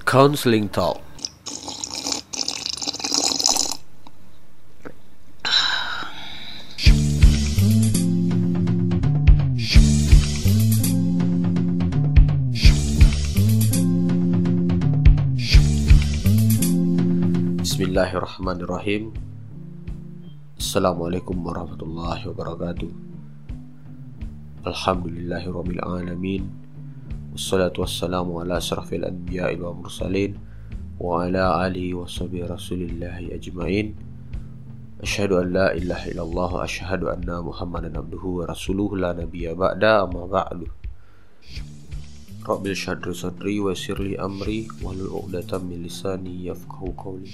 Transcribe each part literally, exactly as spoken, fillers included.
Counseling Talk. Bismillahirrahmanirrahim. Assalamualaikum warahmatullahi wabarakatuh. Alhamdulillahirabbil alamin. Wassalatu wassalamu ala asyrafil anbiya'i wal mursalin wa ala alihi washabihi rasulillahi ajmain. Asyhadu an la ilaha illallah wa asyhadu anna Muhammadan abduhu wa rasuluhu la nabiyya ba'da, amma ba'du. Rabbil syadri sadri wa sirli amri wahlul 'uqdatam min lisani yafqahu qawli.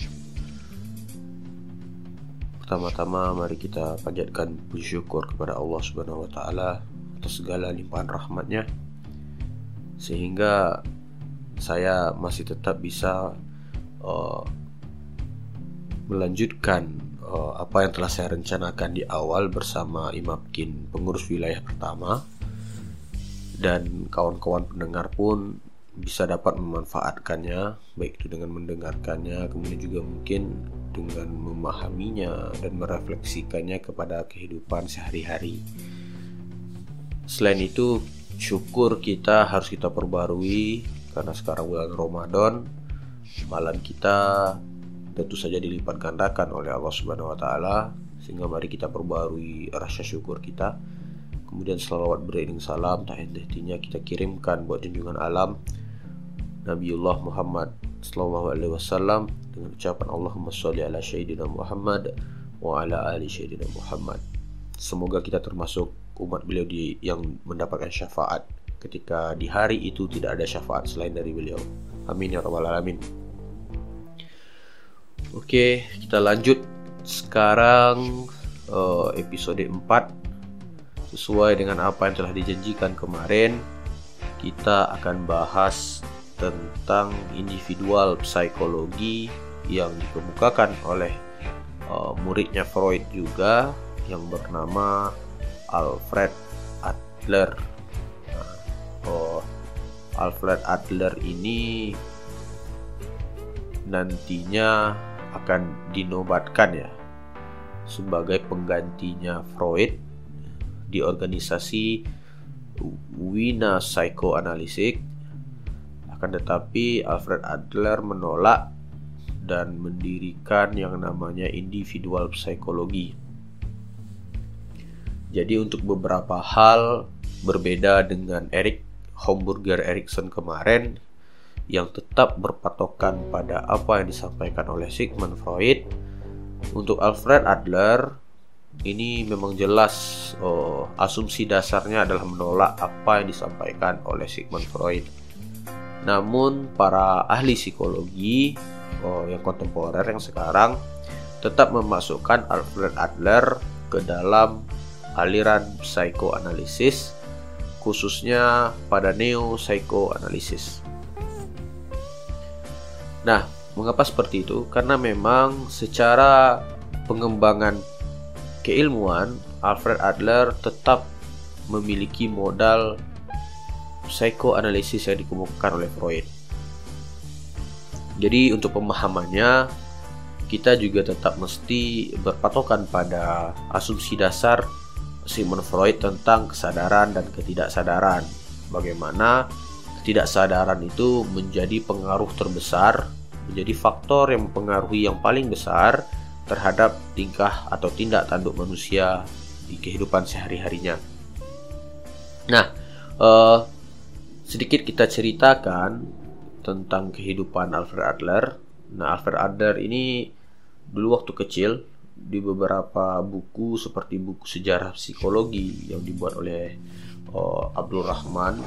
Pertama-tama mari kita panjatkan puji syukur kepada Allah Subhanahu wa taala atas segala limpahan rahmatnya, sehingga saya masih tetap bisa uh, melanjutkan uh, apa yang telah saya rencanakan di awal bersama Imamkin, pengurus wilayah pertama, dan kawan-kawan pendengar pun bisa dapat memanfaatkannya, baik itu dengan mendengarkannya, kemudian juga mungkin dengan memahaminya dan merefleksikannya kepada kehidupan sehari-hari. Selain itu, syukur kita harus kita perbarui karena sekarang bulan Ramadan, malam kita tentu saja dilipat gandakan oleh Allah Subhanahu wa taala, sehingga mari kita perbarui rasa syukur kita. Kemudian selawat beriring salam tak henti-hentinya kita kirimkan buat junjungan alam Nabiullah Muhammad sallallahu alaihi wasallam dengan ucapan Allahumma sholli ala sayyidina Muhammad wa ala ali sayyidina Muhammad. Semoga kita termasuk umat beliau di, yang mendapatkan syafaat ketika di hari itu tidak ada syafaat selain dari beliau. Amin ya rabbal alamin. Oke, kita lanjut sekarang uh, episode empat. Sesuai dengan apa yang telah dijanjikan kemarin, kita akan bahas tentang individual psikologi yang dikemukakan oleh uh, muridnya Freud juga, yang bernama Alfred Adler. Nah, oh, Alfred Adler ini nantinya akan dinobatkan ya sebagai penggantinya Freud di organisasi Wiener Psychoanalysis. Akan tetapi Alfred Adler menolak dan mendirikan yang namanya individual psikologi. Jadi untuk beberapa hal berbeda dengan Erik Homburger Erikson kemarin yang tetap berpatokan pada apa yang disampaikan oleh Sigmund Freud, untuk Alfred Adler ini memang jelas oh, asumsi dasarnya adalah menolak apa yang disampaikan oleh Sigmund Freud. Namun para ahli psikologi oh, yang kontemporer yang sekarang tetap memasukkan Alfred Adler ke dalam aliran psikoanalisis, khususnya pada neo-psikoanalisis. Nah, mengapa seperti itu? Karena memang secara pengembangan keilmuan, Alfred Adler tetap memiliki modal psikoanalisis yang dikemukakan oleh Freud. Jadi untuk pemahamannya, kita juga tetap mesti berpatokan pada asumsi dasar Sigmund Freud tentang kesadaran dan ketidaksadaran. Bagaimana ketidaksadaran itu menjadi pengaruh terbesar, menjadi faktor yang mempengaruhi yang paling besar terhadap tingkah atau tindak tanduk manusia di kehidupan sehari-harinya. Nah, eh, sedikit kita ceritakan tentang kehidupan Alfred Adler. Nah, Alfred Adler ini dulu waktu kecil di beberapa buku seperti buku sejarah psikologi yang dibuat oleh uh, Abdul Rahman,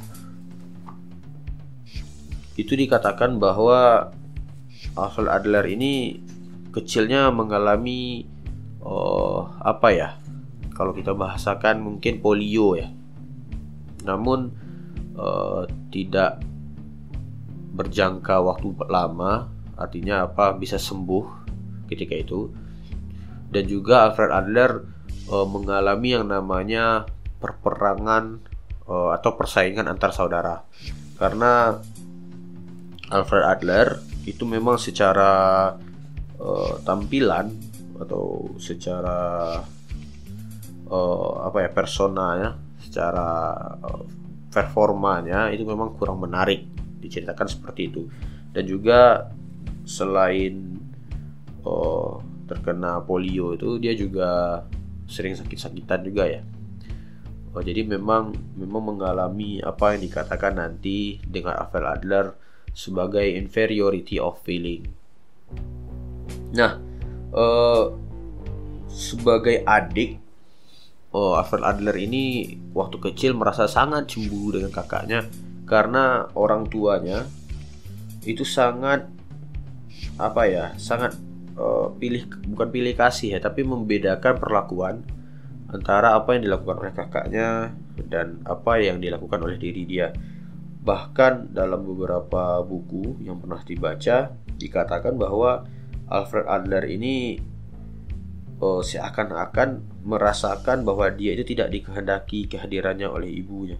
itu dikatakan bahwa Alfred Adler ini kecilnya mengalami uh, apa ya, kalau kita bahasakan mungkin polio ya. Namun Uh, tidak berjangka waktu lama, artinya apa, bisa sembuh ketika itu. Dan juga Alfred Adler uh, mengalami yang namanya perperangan uh, atau persaingan antar saudara, karena Alfred Adler itu memang secara uh, tampilan atau secara uh, apa ya personanya, secara uh, performanya itu memang kurang menarik diceritakan seperti itu. Dan juga selain uh, terkena polio itu dia juga sering sakit-sakitan juga ya. Oh, jadi memang memang mengalami apa yang dikatakan nanti dengan Alfred Adler sebagai inferiority of feeling. Nah, eh, sebagai adik, oh, Alfred Adler ini waktu kecil merasa sangat cemburu dengan kakaknya karena orang tuanya itu sangat apa ya, sangat eh, pilih bukan pilih kasih ya, tapi membedakan perlakuan antara apa yang dilakukan oleh kakaknya dan apa yang dilakukan oleh diri dia. Bahkan dalam beberapa buku yang pernah dibaca dikatakan bahwa Alfred Adler ini oh, seakan-akan merasakan bahwa dia itu tidak dikehendaki kehadirannya oleh ibunya.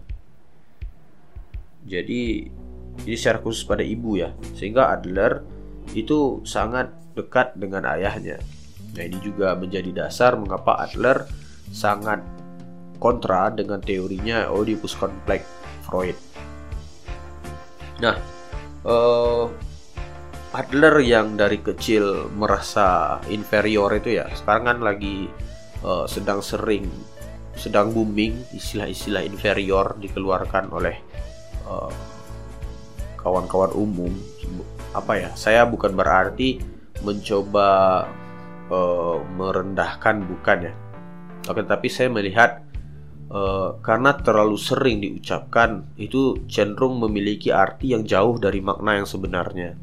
Jadi ini secara khusus pada ibu ya, sehingga Adler itu sangat dekat dengan ayahnya. Nah, ini juga menjadi dasar mengapa Adler sangat kontra dengan teorinya Oedipus Complex Freud. Nah, uh, Adler yang dari kecil merasa inferior itu ya, sekarang kan lagi uh, sedang sering, sedang booming istilah-istilah inferior dikeluarkan oleh uh, kawan-kawan umum. Apa ya? Saya bukan berarti mencoba uh, merendahkan, bukan ya. Oke, tapi saya melihat uh, karena terlalu sering diucapkan itu cenderung memiliki arti yang jauh dari makna yang sebenarnya.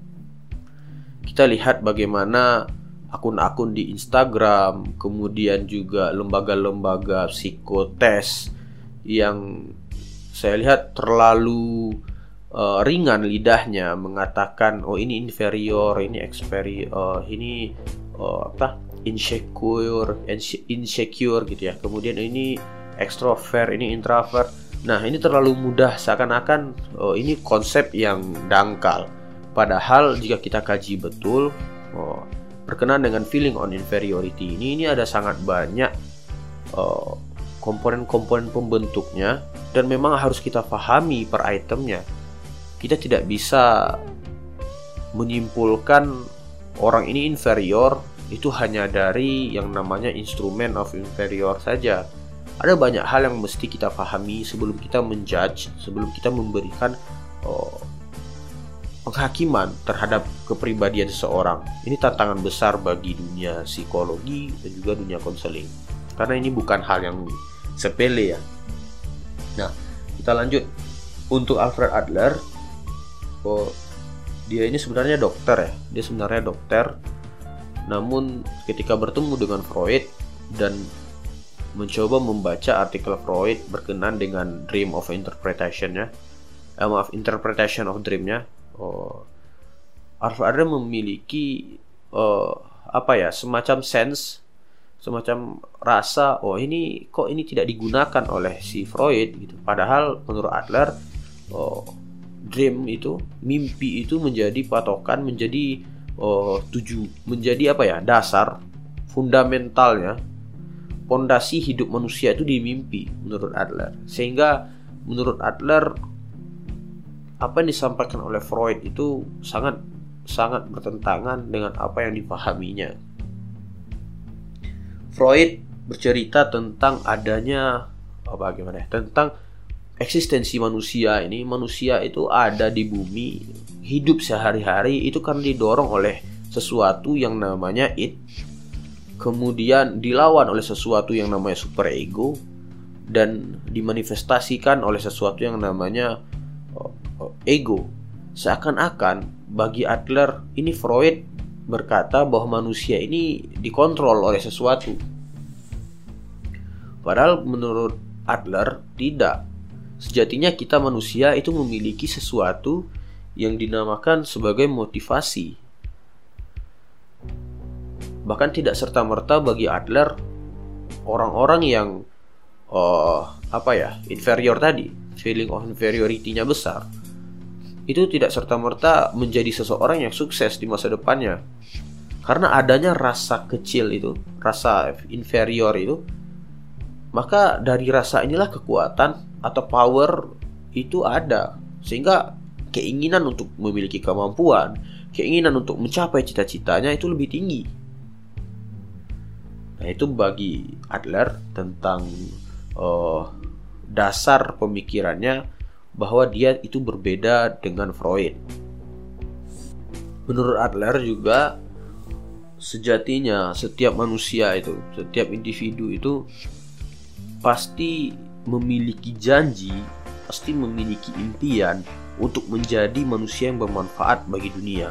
Kita lihat bagaimana akun-akun di Instagram, kemudian juga lembaga-lembaga psikotes yang saya lihat terlalu uh, ringan lidahnya mengatakan oh ini inferior, ini experior, uh, ini uh, apa? insecure, insecure gitu ya. Kemudian ini extrovert, ini introvert. Nah, ini terlalu mudah seakan-akan oh, ini konsep yang dangkal. Padahal jika kita kaji betul, oh, berkenaan dengan feeling on inferiority ini, ini ada sangat banyak oh, komponen-komponen pembentuknya dan memang harus kita pahami per itemnya. Kita tidak bisa menyimpulkan orang ini inferior itu hanya dari yang namanya instrumen of inferior saja. Ada banyak hal yang mesti kita pahami sebelum kita menjudge, sebelum kita memberikan oh, penghakiman terhadap kepribadian seseorang. Ini tantangan besar bagi dunia psikologi dan juga dunia konseling, karena ini bukan hal yang sepele ya. Nah, kita lanjut. Untuk Alfred Adler, oh, dia ini sebenarnya dokter ya. Dia sebenarnya dokter. Namun ketika bertemu dengan Freud dan mencoba membaca artikel Freud berkenaan dengan dream of interpretation-nya, eh, maaf, interpretation of dream-nya, oh, Alfred Adler memiliki oh, apa ya, semacam sense, semacam rasa, oh ini kok ini tidak digunakan oleh si Freud gitu. Padahal menurut Adler, oh, dream itu, mimpi itu menjadi patokan, menjadi Oh, tujuh menjadi apa ya, dasar fundamentalnya, pondasi hidup manusia itu di mimpi menurut Adler. Sehingga menurut Adler apa yang disampaikan oleh Freud itu sangat sangat bertentangan dengan apa yang dipahaminya. Freud bercerita tentang adanya apa gimana ya, tentang eksistensi manusia ini. Manusia itu ada di bumi, hidup sehari-hari itu kan didorong oleh sesuatu yang namanya id, kemudian dilawan oleh sesuatu yang namanya superego, dan dimanifestasikan oleh sesuatu yang namanya ego. Seakan-akan bagi Adler ini, Freud berkata bahwa manusia ini dikontrol oleh sesuatu. Padahal menurut Adler tidak. Sejatinya kita manusia itu memiliki sesuatu yang dinamakan sebagai motivasi. Bahkan tidak serta-merta bagi Adler orang-orang yang uh, apa ya, inferior tadi, feeling of inferiority-nya besar, itu tidak serta-merta menjadi seseorang yang sukses di masa depannya. Karena adanya rasa kecil itu, rasa inferior itu, maka dari rasa inilah kekuatan atau power itu ada. Sehingga keinginan untuk memiliki kemampuan, keinginan untuk mencapai cita-citanya itu lebih tinggi. Nah, itu bagi Adler tentang uh, dasar pemikirannya, bahwa dia itu berbeda dengan Freud. Menurut Adler juga, sejatinya setiap manusia itu, setiap individu itu pasti memiliki janji, pasti memiliki impian untuk menjadi manusia yang bermanfaat bagi dunia.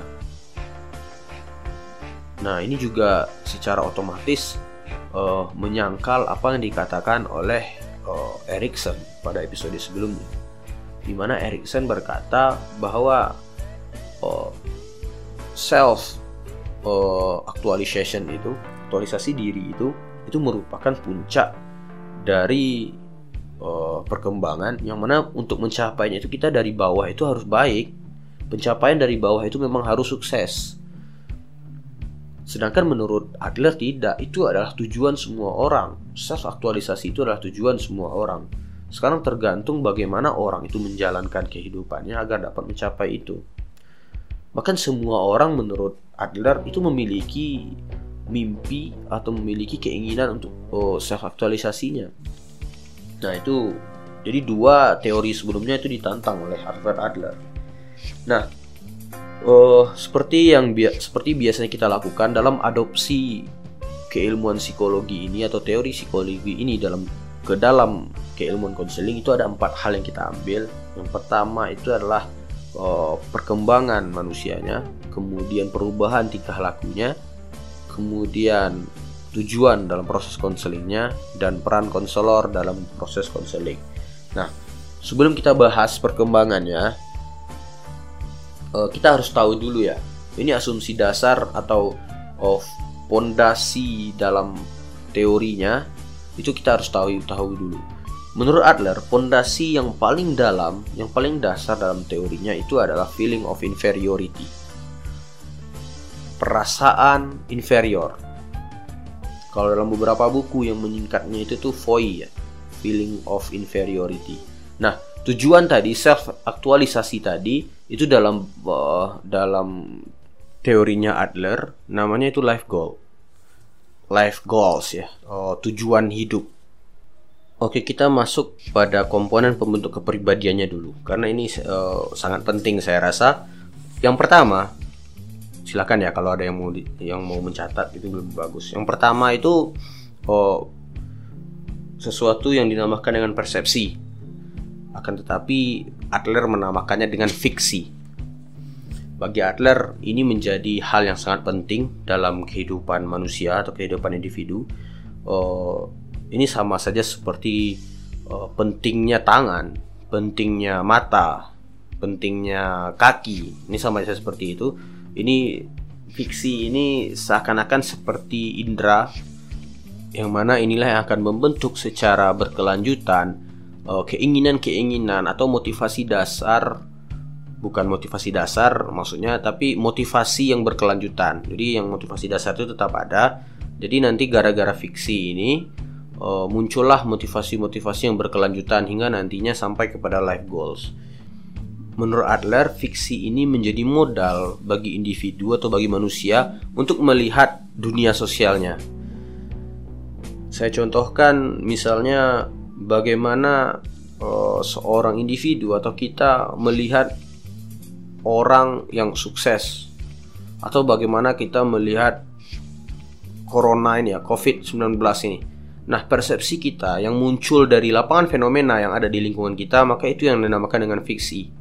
Nah, ini juga secara otomatis uh, menyangkal apa yang dikatakan oleh uh, Erikson pada episode sebelumnya, di mana Erikson berkata bahwa uh, self uh, actualization itu, aktualisasi diri itu, itu merupakan puncak dari uh, perkembangan, yang mana untuk mencapainya itu kita dari bawah itu harus baik. Pencapaian dari bawah itu memang harus sukses. Sedangkan menurut Adler tidak, itu adalah tujuan semua orang. Self aktualisasi itu adalah tujuan semua orang. Sekarang tergantung bagaimana orang itu menjalankan kehidupannya agar dapat mencapai itu. Bahkan semua orang menurut Adler itu memiliki mimpi atau memiliki keinginan untuk oh, self aktualisasinya. Nah, itu jadi dua teori sebelumnya itu ditantang oleh Alfred Adler. Nah, uh, seperti yang bi- seperti biasanya kita lakukan dalam adopsi keilmuan psikologi ini atau teori psikologi ini dalam ke dalam keilmuan konseling, itu ada empat hal yang kita ambil. Yang pertama itu adalah uh, perkembangan manusianya, kemudian perubahan tingkah lakunya, kemudian tujuan dalam proses konselingnya, dan peran konselor dalam proses konseling. Nah, sebelum kita bahas perkembangannya, uh, kita harus tahu dulu ya, ini asumsi dasar atau of pondasi dalam teorinya, itu kita harus tahu tahu dulu. Menurut Adler, pondasi yang paling dalam, yang paling dasar dalam teorinya itu adalah feeling of inferiority. Perasaan inferior. Kalau dalam beberapa buku yang menyingkatnya itu tuh F O I ya, feeling of inferiority. Nah, tujuan tadi, self aktualisasi tadi, itu dalam uh, dalam teorinya Adler namanya itu life goal. Life goals ya, oh, tujuan hidup. Oke, kita masuk pada komponen pembentuk kepribadiannya dulu, karena ini uh, sangat penting saya rasa. Yang pertama, silakan ya kalau ada yang mau di, yang mau mencatat itu lebih bagus. Yang pertama itu oh, sesuatu yang dinamakan dengan persepsi. Akan tetapi Adler menamakannya dengan fiksi. Bagi Adler ini menjadi hal yang sangat penting dalam kehidupan manusia atau kehidupan individu. Oh, ini sama saja seperti oh, pentingnya tangan, pentingnya mata, pentingnya kaki. Ini sama saja seperti itu. Ini fiksi ini seakan-akan seperti indera, yang mana inilah yang akan membentuk secara berkelanjutan uh, keinginan-keinginan atau motivasi dasar, bukan motivasi dasar maksudnya, tapi motivasi yang berkelanjutan. Jadi yang motivasi dasar itu tetap ada. Jadi nanti gara-gara fiksi ini uh, muncullah motivasi-motivasi yang berkelanjutan hingga nantinya sampai kepada life goals. Menurut Adler, fiksi ini menjadi modal bagi individu atau bagi manusia untuk melihat dunia sosialnya. Saya contohkan misalnya bagaimana uh, seorang individu atau kita melihat orang yang sukses, atau bagaimana kita melihat corona ini ya, covid sembilan belas ini. Nah, persepsi kita yang muncul dari lapangan fenomena yang ada di lingkungan kita, maka itu yang dinamakan dengan fiksi.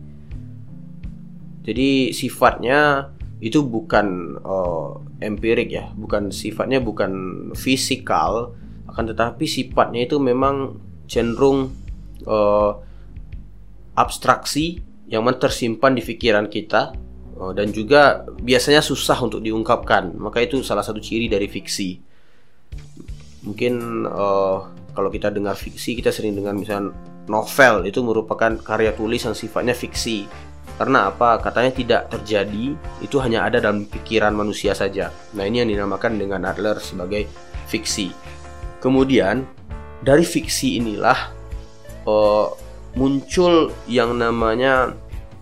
Jadi sifatnya itu bukan uh, empirik ya, bukan sifatnya bukan fisikal, akan tetapi sifatnya itu memang cenderung uh, abstraksi yang tersimpan di pikiran kita, uh, dan juga biasanya susah untuk diungkapkan. Maka itu salah satu ciri dari fiksi. Mungkin uh, kalau kita dengar fiksi, kita sering dengar misalnya novel, itu merupakan karya tulis yang sifatnya fiksi. Karena apa? Katanya tidak terjadi, itu hanya ada dalam pikiran manusia saja. Nah, ini yang dinamakan dengan Adler sebagai fiksi. Kemudian dari fiksi inilah uh, muncul yang namanya,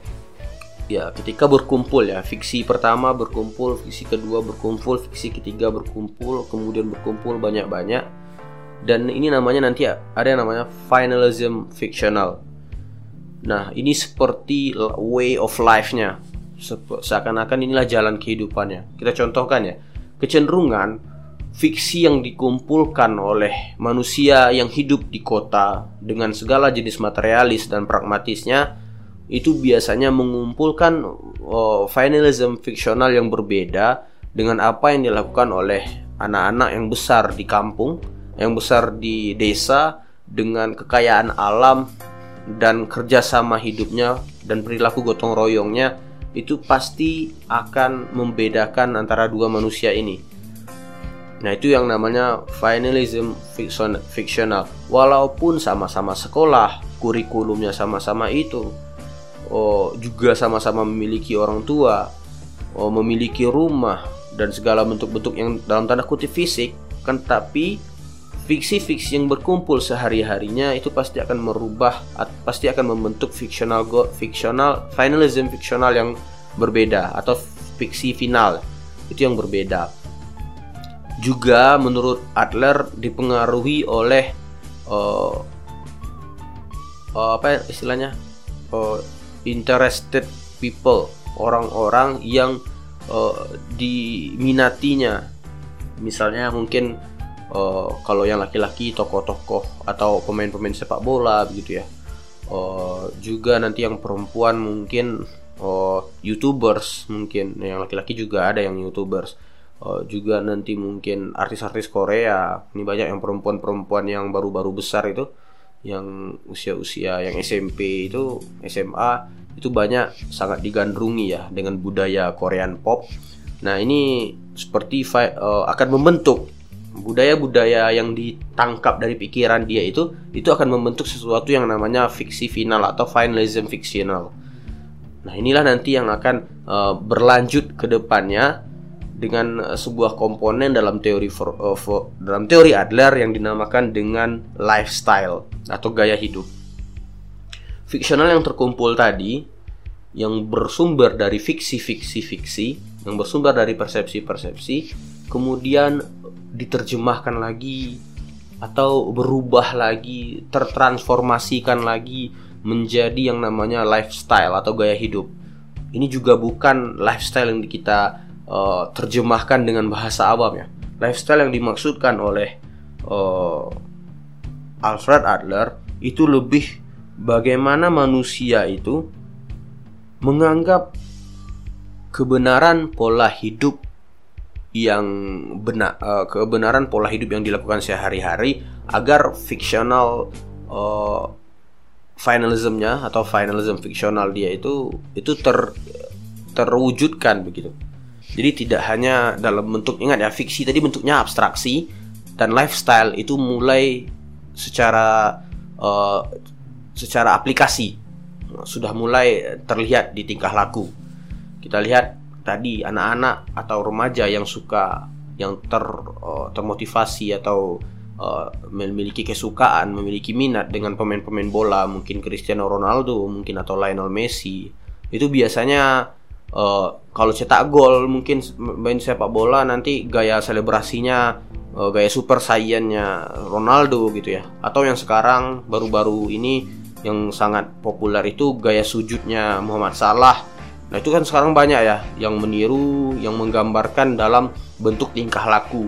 ya, ketika berkumpul ya, fiksi pertama berkumpul, fiksi kedua berkumpul, fiksi ketiga berkumpul, kemudian berkumpul banyak-banyak, dan ini namanya nanti ada yang namanya finalism fictional. Nah, ini seperti way of life-nya, seakan-akan inilah jalan kehidupannya. Kita contohkan ya, kecenderungan fiksi yang dikumpulkan oleh manusia yang hidup di kota dengan segala jenis materialis dan pragmatisnya itu biasanya mengumpulkan uh, finalism fiksional yang berbeda dengan apa yang dilakukan oleh anak-anak yang besar di kampung, yang besar di desa, dengan kekayaan alam dan kerjasama hidupnya dan perilaku gotong royongnya. Itu pasti akan membedakan antara dua manusia ini. Nah, itu yang namanya finalism fiksional. Walaupun sama-sama sekolah, kurikulumnya sama-sama itu, Oh, juga sama-sama memiliki orang tua, oh, memiliki rumah, dan segala bentuk-bentuk yang dalam tanda kutip fisik, kan, tapi fiksi-fiksi yang berkumpul sehari-harinya itu pasti akan merubah, pasti akan membentuk fiksional fiksional finalism fiksional yang berbeda, atau fiksi final itu yang berbeda. Juga menurut Adler dipengaruhi oleh uh, uh, apa istilahnya uh, interested people, orang-orang yang uh, diminatinya. Misalnya mungkin uh, kalau yang laki-laki tokoh-tokoh atau pemain-pemain sepak bola begitu ya. Uh, juga nanti yang perempuan mungkin uh, YouTubers, mungkin yang laki-laki juga ada yang YouTubers. Uh, juga nanti mungkin artis-artis Korea. Ini banyak yang perempuan-perempuan yang baru-baru besar itu, yang usia-usia yang S M P itu, S M A itu banyak sangat digandrungi ya dengan budaya Korean pop. Nah, ini seperti uh, akan membentuk budaya-budaya yang ditangkap dari pikiran dia itu itu akan membentuk sesuatu yang namanya fiksi final atau finalism fictional. Nah, inilah nanti yang akan uh, berlanjut ke depannya dengan sebuah komponen dalam teori for, uh, for, dalam teori Adler yang dinamakan dengan lifestyle atau gaya hidup. Fiksional yang terkumpul tadi, yang bersumber dari fiksi-fiksi-fiksi, yang bersumber dari persepsi-persepsi, kemudian diterjemahkan lagi atau berubah lagi, tertransformasikan lagi menjadi yang namanya lifestyle atau gaya hidup. Ini juga bukan lifestyle yang kita Uh, terjemahkan dengan bahasa awam ya. Lifestyle yang dimaksudkan oleh uh, Alfred Adler itu lebih bagaimana manusia itu menganggap kebenaran pola hidup yang benar, uh, kebenaran pola hidup yang dilakukan sehari-hari agar fiksional uh, finalismnya atau finalism fiksional dia itu itu ter terwujudkan begitu. Jadi tidak hanya dalam bentuk, ingat ya, fiksi tadi bentuknya abstraksi, dan lifestyle itu mulai secara uh, secara aplikasi sudah mulai terlihat di tingkah laku. Kita lihat tadi anak-anak atau remaja yang suka, yang ter uh, termotivasi atau uh, memiliki kesukaan, memiliki minat dengan pemain-pemain bola, mungkin Cristiano Ronaldo, mungkin atau Lionel Messi. Itu biasanya Uh, kalau cetak gol, mungkin main sepak bola nanti gaya selebrasinya, uh, gaya super saiyannya Ronaldo gitu ya. Atau yang sekarang baru-baru ini yang sangat populer itu gaya sujudnya Muhammad Salah. Nah, itu kan sekarang banyak ya yang meniru, yang menggambarkan dalam bentuk tingkah laku.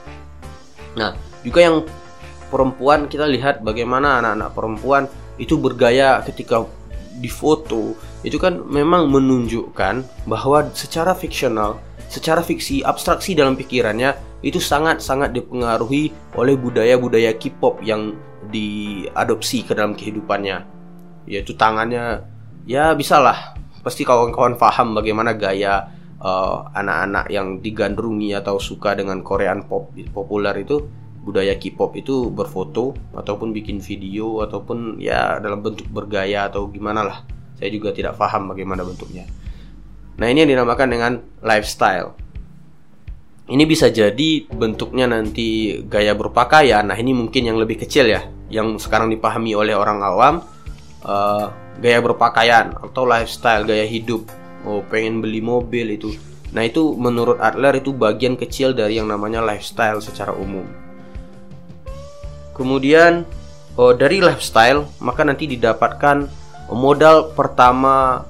Nah, juga yang perempuan, kita lihat bagaimana anak-anak perempuan itu bergaya ketika difoto. Itu kan memang menunjukkan bahwa secara fiksional, secara fiksi, abstraksi dalam pikirannya itu sangat-sangat dipengaruhi oleh budaya-budaya K-pop yang diadopsi ke dalam kehidupannya. Yaitu tangannya, ya bisalah, pasti kawan-kawan paham bagaimana gaya uh, anak-anak yang digandrungi atau suka dengan Korean pop populer itu, budaya K-pop itu berfoto ataupun bikin video ataupun ya dalam bentuk bergaya atau gimana lah. Saya juga tidak paham bagaimana bentuknya. Nah, ini yang dinamakan dengan lifestyle. Ini bisa jadi bentuknya nanti gaya berpakaian. Nah, ini mungkin yang lebih kecil ya, yang sekarang dipahami oleh orang awam. uh, Gaya berpakaian atau lifestyle, gaya hidup. Oh, pengen beli mobil itu. Nah, itu menurut Adler itu bagian kecil dari yang namanya lifestyle secara umum. Kemudian oh, dari lifestyle maka nanti didapatkan modal pertama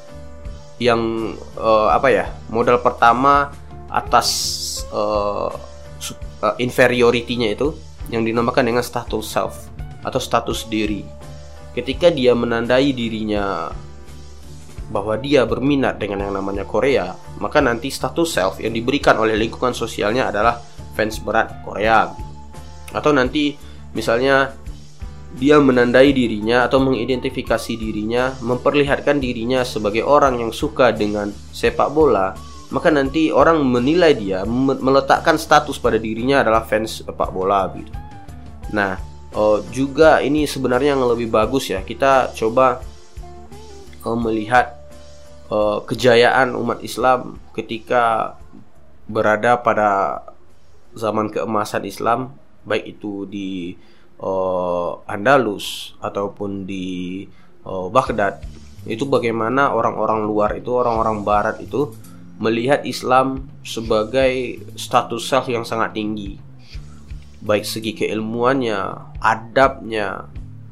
yang uh, apa ya? Modal pertama atas uh, uh, inferiority-nya itu yang dinamakan dengan status self atau status diri. Ketika dia menandai dirinya bahwa dia berminat dengan yang namanya Korea, maka nanti status self yang diberikan oleh lingkungan sosialnya adalah fans berat Korea. Atau nanti misalnya dia menandai dirinya atau mengidentifikasi dirinya, memperlihatkan dirinya sebagai orang yang suka dengan sepak bola, maka nanti orang menilai dia, meletakkan status pada dirinya adalah fans sepak bola gitu. Nah, oh, juga ini sebenarnya yang lebih bagus ya, kita coba oh, melihat oh, kejayaan umat Islam ketika berada pada zaman keemasan Islam, baik itu di oh, Andalus ataupun di oh, Baghdad. Itu bagaimana orang-orang luar itu, orang-orang barat itu melihat Islam sebagai status self yang sangat tinggi, baik segi keilmuannya, adabnya,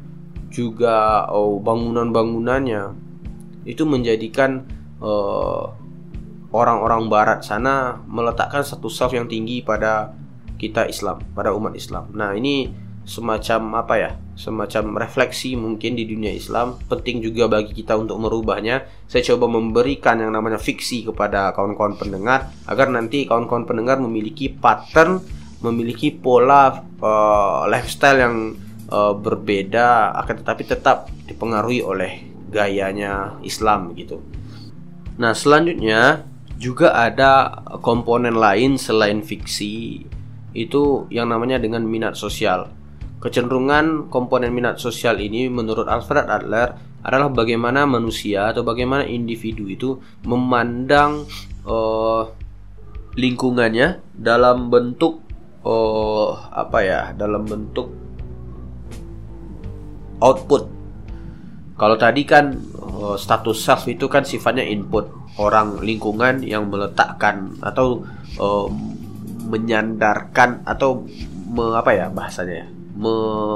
juga oh, bangunan-bangunannya. Itu menjadikan uh, orang-orang barat sana meletakkan status self yang tinggi pada kita Islam, pada umat Islam. Nah, ini semacam apa ya, semacam refleksi mungkin di dunia Islam. Penting juga bagi kita untuk merubahnya. Saya coba memberikan yang namanya fiksi kepada kawan-kawan pendengar, agar nanti kawan-kawan pendengar memiliki pattern, memiliki pola uh, lifestyle yang uh, berbeda, akan tetapi tetap dipengaruhi oleh gayanya Islam gitu. Nah, selanjutnya juga ada komponen lain selain fiksi, itu yang namanya dengan minat sosial. Kecenderungan komponen minat sosial ini menurut Alfred Adler adalah bagaimana manusia atau bagaimana individu itu memandang uh, lingkungannya dalam bentuk uh, apa ya, dalam bentuk output. Kalau tadi kan uh, status self itu kan sifatnya input, orang lingkungan yang meletakkan atau uh, menyandarkan atau me, apa ya bahasanya ya, me,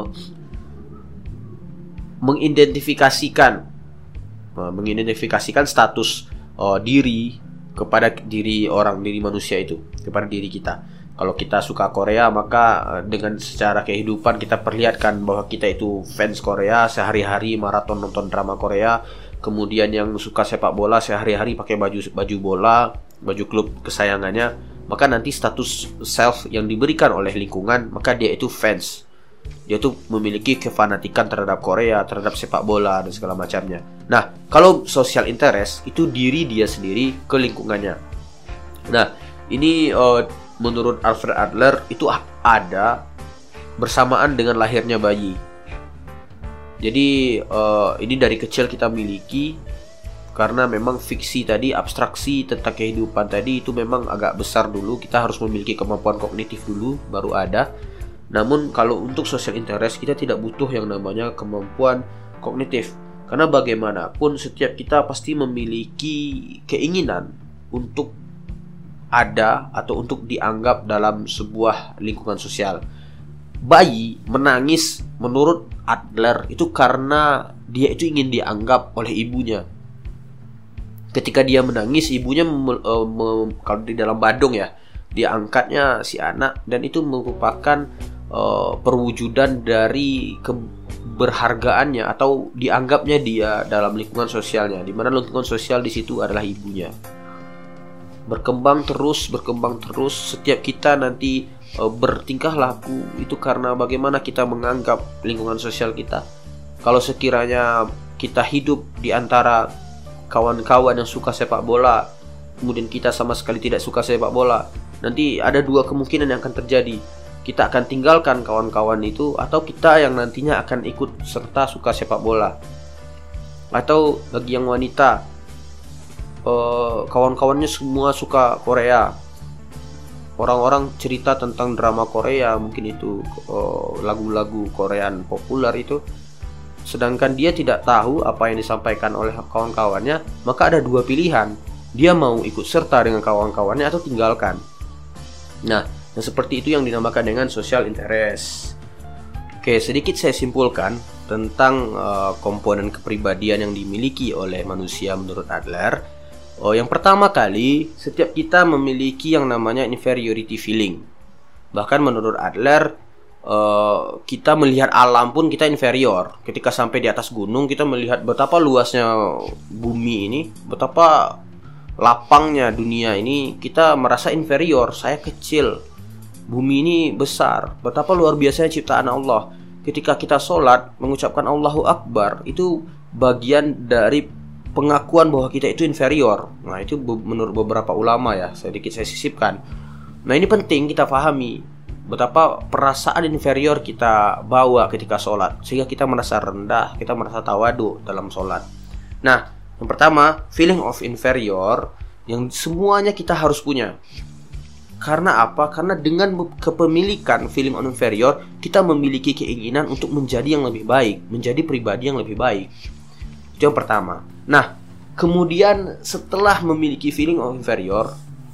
mengidentifikasikan uh, mengidentifikasikan status uh, diri kepada diri orang, diri manusia itu, kepada diri kita. Kalau kita suka Korea, maka uh, dengan secara kehidupan kita perlihatkan bahwa kita itu fans Korea, sehari-hari maraton nonton drama Korea. Kemudian yang suka sepak bola sehari-hari pakai baju baju bola, baju klub kesayangannya. Maka nanti status self yang diberikan oleh lingkungan, maka dia itu fans. Dia tuh memiliki kefanatikan terhadap Korea, terhadap sepak bola dan segala macamnya. Nah, kalau social interest itu diri dia sendiri ke lingkungannya. Nah, ini uh, menurut Alfred Adler itu ada bersamaan dengan lahirnya bayi. Jadi uh, ini dari kecil kita miliki, karena memang fiksi tadi, abstraksi tentang kehidupan tadi itu memang agak besar dulu. Kita harus memiliki kemampuan kognitif dulu baru ada. Namun kalau untuk social interest kita tidak butuh yang namanya kemampuan kognitif, karena bagaimanapun setiap kita pasti memiliki keinginan untuk ada atau untuk dianggap dalam sebuah lingkungan sosial. Bayi menangis menurut Adler itu karena dia itu ingin dianggap oleh ibunya. Ketika dia menangis, ibunya me, me, kalau di dalam Badung ya, dia angkatnya si anak, dan itu merupakan uh, perwujudan dari keberhargaannya atau dianggapnya dia dalam lingkungan sosialnya, di mana lingkungan sosial di situ adalah ibunya. Berkembang terus, berkembang terus. Setiap kita nanti uh, bertingkah laku itu karena bagaimana kita menganggap lingkungan sosial kita. Kalau sekiranya kita hidup di antara kawan-kawan yang suka sepak bola, kemudian kita sama sekali tidak suka sepak bola, nanti ada dua kemungkinan yang akan terjadi. Kita akan tinggalkan kawan-kawan itu, atau kita yang nantinya akan ikut serta suka sepak bola. Atau bagi yang wanita, uh, kawan-kawannya semua suka Korea, orang-orang cerita tentang drama Korea, mungkin itu uh, lagu-lagu Korean populer itu, sedangkan dia tidak tahu apa yang disampaikan oleh kawan-kawannya, maka ada dua pilihan. Dia mau ikut serta dengan kawan-kawannya atau tinggalkan. Nah, yang seperti itu yang dinamakan dengan social interest. Oke, sedikit saya simpulkan tentang uh, komponen kepribadian yang dimiliki oleh manusia menurut Adler. Oh, yang pertama kali, setiap kita memiliki yang namanya inferiority feeling. Bahkan menurut Adler, uh, kita melihat alam pun kita inferior. Ketika sampai di atas gunung, kita melihat betapa luasnya bumi ini, betapa lapangnya dunia ini, kita merasa inferior. Saya kecil, bumi ini besar. Betapa luar biasanya ciptaan Allah. Ketika kita sholat, mengucapkan Allahu Akbar, itu bagian dari pengakuan bahwa kita itu inferior. Nah, itu menurut beberapa ulama ya, sedikit saya sisipkan. Nah, ini penting kita pahami betapa perasaan inferior kita bawa ketika sholat, sehingga kita merasa rendah, kita merasa tawadu dalam sholat. Nah, yang pertama, feeling of inferior yang semuanya kita harus punya. Karena apa? Karena dengan kepemilikan feeling of inferior, kita memiliki keinginan untuk menjadi yang lebih baik, menjadi pribadi yang lebih baik. Itu yang pertama. Nah, kemudian setelah memiliki feeling of inferior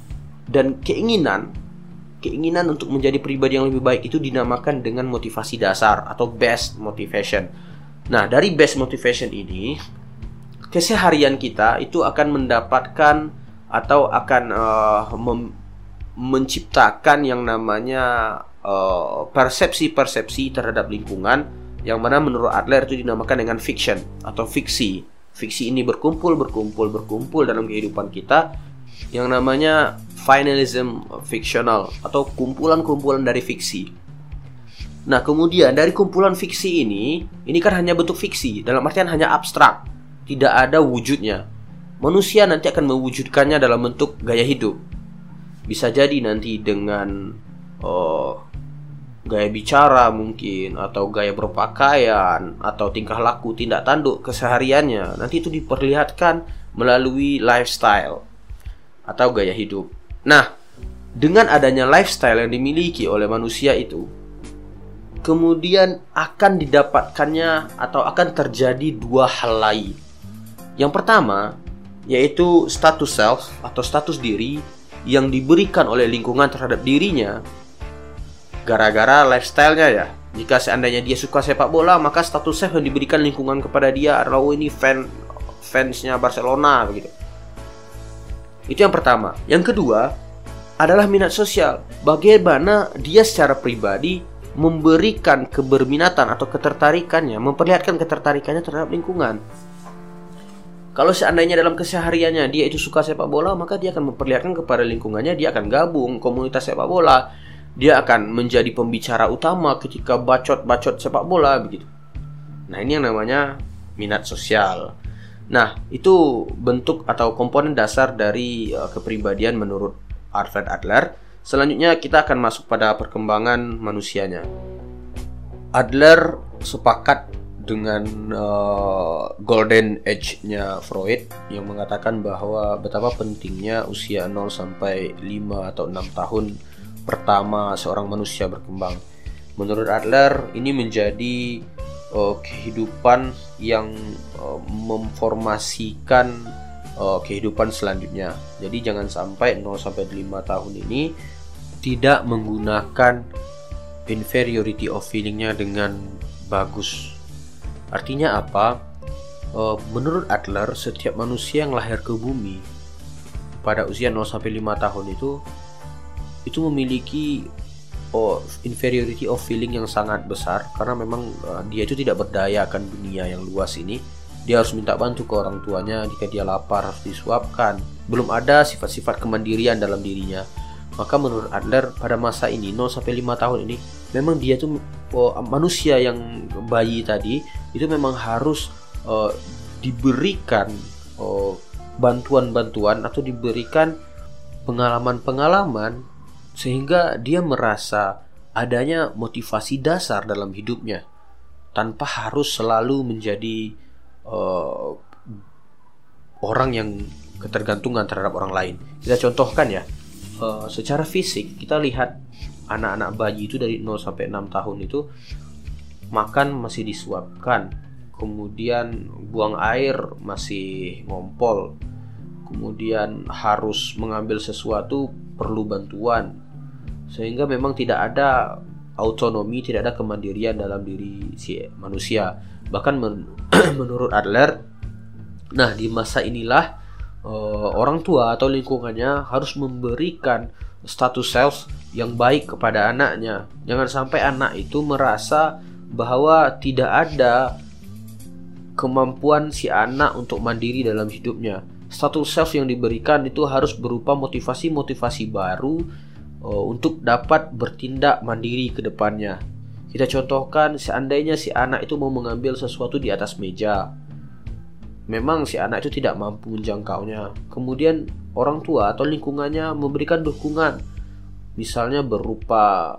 dan keinginan Keinginan untuk menjadi pribadi yang lebih baik itu dinamakan dengan motivasi dasar atau best motivation. Nah, dari best motivation ini, keseharian kita itu akan mendapatkan atau akan uh, mem- menciptakan yang namanya uh, persepsi-persepsi terhadap lingkungan, yang mana menurut Adler itu dinamakan dengan fiction atau fiksi. Fiksi ini berkumpul, berkumpul, berkumpul dalam kehidupan kita, yang namanya finalism fictional atau kumpulan-kumpulan dari fiksi. Nah, kemudian dari kumpulan fiksi ini, ini kan hanya bentuk fiksi, dalam artian hanya abstrak, tidak ada wujudnya. Manusia nanti akan mewujudkannya dalam bentuk gaya hidup. Bisa jadi nanti dengan oh, gaya bicara mungkin, atau gaya berpakaian, atau tingkah laku, tindak tanduk kesehariannya. Nanti itu diperlihatkan melalui lifestyle atau gaya hidup. Nah, dengan adanya lifestyle yang dimiliki oleh manusia itu, kemudian akan didapatkannya atau akan terjadi dua hal lain. Yang pertama, yaitu status self atau status diri yang diberikan oleh lingkungan terhadap dirinya gara-gara lifestyle-nya ya. Jika seandainya dia suka sepak bola, maka status self yang diberikan lingkungan kepada dia adalah, oh ini fan fansnya Barcelona begitu. Itu yang pertama. Yang kedua adalah minat sosial. Bagaimana dia secara pribadi memberikan keberminatan atau ketertarikannya, memperlihatkan ketertarikannya terhadap lingkungan. Kalau seandainya dalam kesehariannya dia itu suka sepak bola, maka dia akan memperlihatkan kepada lingkungannya, dia akan gabung komunitas sepak bola. Dia akan menjadi pembicara utama ketika bacot-bacot sepak bola begitu. Nah, ini yang namanya minat sosial. Nah, itu bentuk atau komponen dasar dari uh, kepribadian menurut Alfred Adler. Selanjutnya kita akan masuk pada perkembangan manusianya. Adler sepakat dengan uh, golden age-nya Freud yang mengatakan bahwa betapa pentingnya usia nol sampai lima atau enam tahun pertama seorang manusia berkembang. Menurut Adler, ini menjadi uh, kehidupan yang uh, memformasikan uh, kehidupan selanjutnya. Jadi jangan sampai nol sampai lima tahun ini tidak menggunakan inferiority of feeling-nya dengan bagus. Artinya apa? Uh, menurut Adler, setiap manusia yang lahir ke bumi pada usia nol sampai lima tahun itu itu memiliki oh, inferiority of feeling yang sangat besar, karena memang uh, dia itu tidak berdaya akan dunia yang luas ini. Dia harus minta bantu ke orang tuanya, jika dia lapar harus disuapkan. Belum ada sifat-sifat kemandirian dalam dirinya. Maka menurut Adler, pada masa ini nol sampai lima tahun ini, memang dia tuh oh, manusia yang bayi tadi itu memang harus oh, diberikan oh, bantuan-bantuan atau diberikan pengalaman-pengalaman sehingga dia merasa adanya motivasi dasar dalam hidupnya, tanpa harus selalu menjadi uh, orang yang ketergantungan terhadap orang lain. Kita contohkan ya, uh, secara fisik kita lihat anak-anak bayi itu dari nol sampai enam tahun itu makan masih disuapkan, kemudian buang air masih ngompol, kemudian harus mengambil sesuatu perlu bantuan, sehingga memang tidak ada autonomi, tidak ada kemandirian dalam diri si manusia. Bahkan men- menurut Adler, nah di masa inilah uh, orang tua atau lingkungannya harus memberikan status self yang baik kepada anaknya. Jangan sampai anak itu merasa bahwa tidak ada kemampuan si anak untuk mandiri dalam hidupnya. Status self yang diberikan itu harus berupa motivasi-motivasi baru uh, untuk dapat bertindak mandiri ke depannya. Kita contohkan, seandainya si anak itu mau mengambil sesuatu di atas meja, memang si anak itu tidak mampu menjangkaunya. Kemudian orang tua atau lingkungannya memberikan dukungan, misalnya berupa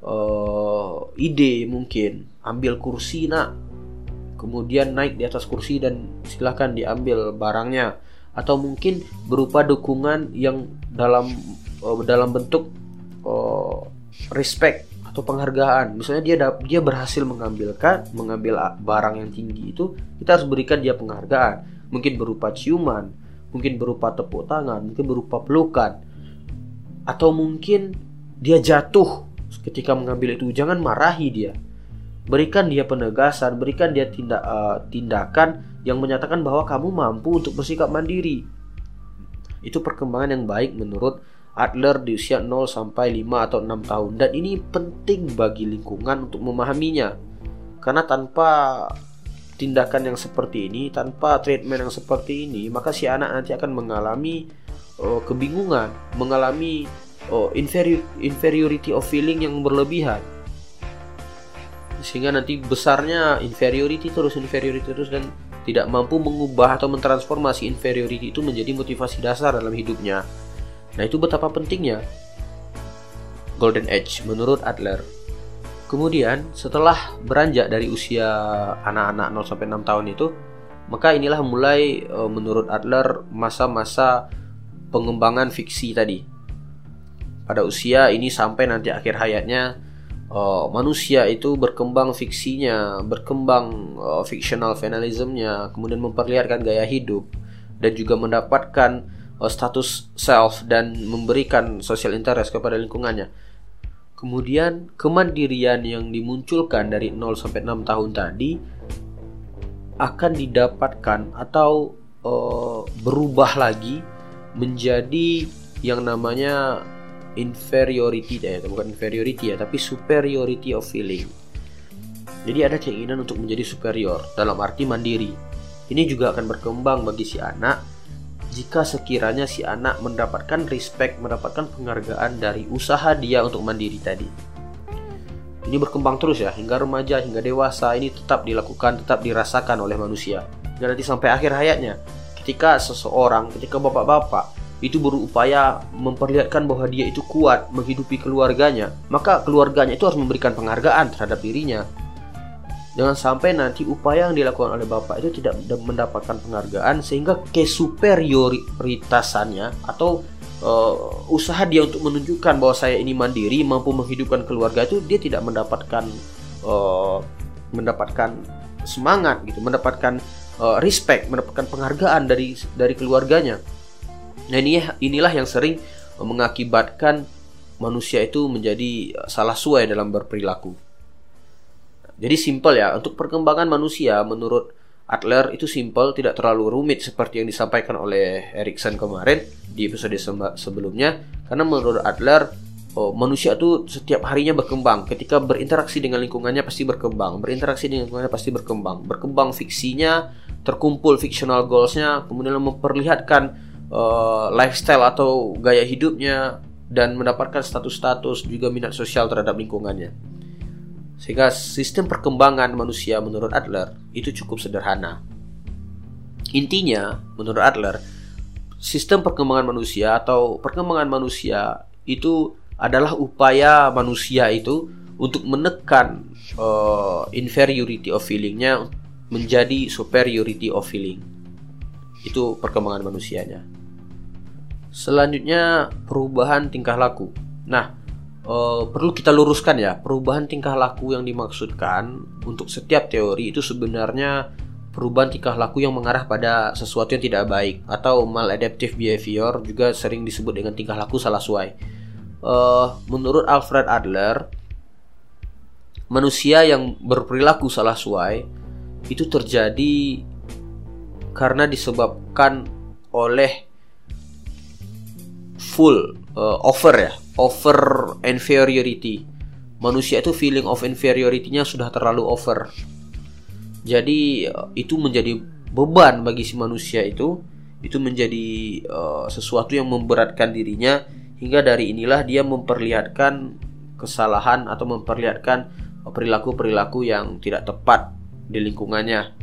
uh, ide mungkin, ambil kursi nak, kemudian naik di atas kursi dan silakan diambil barangnya. Atau mungkin berupa dukungan yang dalam uh, dalam bentuk uh, respect atau penghargaan. Misalnya dia dia berhasil mengambilkan mengambil barang yang tinggi itu, kita harus berikan dia penghargaan. Mungkin berupa ciuman, mungkin berupa tepuk tangan, mungkin berupa pelukan. Atau mungkin dia jatuh ketika mengambil itu, jangan marahi dia. Berikan dia penegasan, berikan dia tindak, uh, tindakan yang menyatakan bahwa kamu mampu untuk bersikap mandiri. Itu perkembangan yang baik menurut Adler di usia nol sampai lima atau enam tahun. Dan ini penting bagi lingkungan untuk memahaminya. Karena tanpa tindakan yang seperti ini, tanpa treatment yang seperti ini, maka si anak nanti akan mengalami uh, kebingungan, mengalami uh, inferi- inferiority of feeling yang berlebihan. Sehingga nanti besarnya inferiority terus, inferiority terus, dan tidak mampu mengubah atau mentransformasi inferiority itu menjadi motivasi dasar dalam hidupnya. Nah, itu betapa pentingnya Golden Age menurut Adler. Kemudian setelah beranjak dari usia anak-anak nol sampai enam tahun itu, maka inilah mulai e, menurut Adler masa-masa pengembangan fiksi tadi. Pada usia ini sampai nanti akhir hayatnya, e, manusia itu berkembang fiksinya, berkembang e, fictional finalismnya, kemudian memperlihatkan gaya hidup dan juga mendapatkan status self dan memberikan social interest kepada lingkungannya. Kemudian kemandirian yang dimunculkan dari nol sampai enam tahun tadi akan didapatkan atau uh, berubah lagi menjadi yang namanya inferiority ya, bukan inferiority ya, tapi superiority of feeling. Jadi ada keinginan untuk menjadi superior dalam arti mandiri. Ini juga akan berkembang bagi si anak jika sekiranya si anak mendapatkan respect, mendapatkan penghargaan dari usaha dia untuk mandiri tadi. Ini berkembang terus ya, hingga remaja, hingga dewasa. Ini tetap dilakukan, tetap dirasakan oleh manusia. Dan nanti sampai akhir hayatnya, ketika seseorang, ketika bapak-bapak itu berupaya memperlihatkan bahwa dia itu kuat menghidupi keluarganya, maka keluarganya itu harus memberikan penghargaan terhadap dirinya. Jangan sampai nanti upaya yang dilakukan oleh bapak itu tidak mendapatkan penghargaan, sehingga kesuperioritasannya atau uh, usaha dia untuk menunjukkan bahwa saya ini mandiri, mampu menghidupkan keluarga itu, dia tidak mendapatkan uh, mendapatkan semangat gitu, mendapatkan uh, respect, mendapatkan penghargaan dari dari keluarganya. Nah, ini inilah yang sering mengakibatkan manusia itu menjadi salah suai dalam berperilaku. Jadi simpel ya, untuk perkembangan manusia menurut Adler itu simpel, tidak terlalu rumit seperti yang disampaikan oleh Erikson kemarin di episode sebelumnya. Karena menurut Adler, oh, manusia itu setiap harinya berkembang. Ketika berinteraksi dengan lingkungannya pasti berkembang, berinteraksi dengan lingkungannya pasti berkembang. Berkembang fiksinya, terkumpul fictional goalsnya, kemudian memperlihatkan uh, lifestyle atau gaya hidupnya, dan mendapatkan status-status juga minat sosial terhadap lingkungannya. Sehingga sistem perkembangan manusia menurut Adler itu cukup sederhana. Intinya menurut Adler, sistem perkembangan manusia atau perkembangan manusia itu adalah upaya manusia itu untuk menekan uh, inferiority of feelingnya menjadi superiority of feeling. Itu perkembangan manusianya. Selanjutnya perubahan tingkah laku. Nah, eh, perlu kita luruskan ya, perubahan tingkah laku yang dimaksudkan untuk setiap teori itu sebenarnya perubahan tingkah laku yang mengarah pada sesuatu yang tidak baik, atau maladaptive behavior, juga sering disebut dengan tingkah laku salah suai. Eh, menurut Alfred Adler, manusia yang berperilaku salah suai itu terjadi karena disebabkan oleh full uh, over ya, over inferiority. Manusia itu feeling of inferiority-nya sudah terlalu over. Jadi uh, itu menjadi beban bagi si manusia itu. Itu menjadi uh, sesuatu yang memberatkan dirinya, hingga dari inilah dia memperlihatkan kesalahan atau memperlihatkan perilaku-perilaku yang tidak tepat di lingkungannya.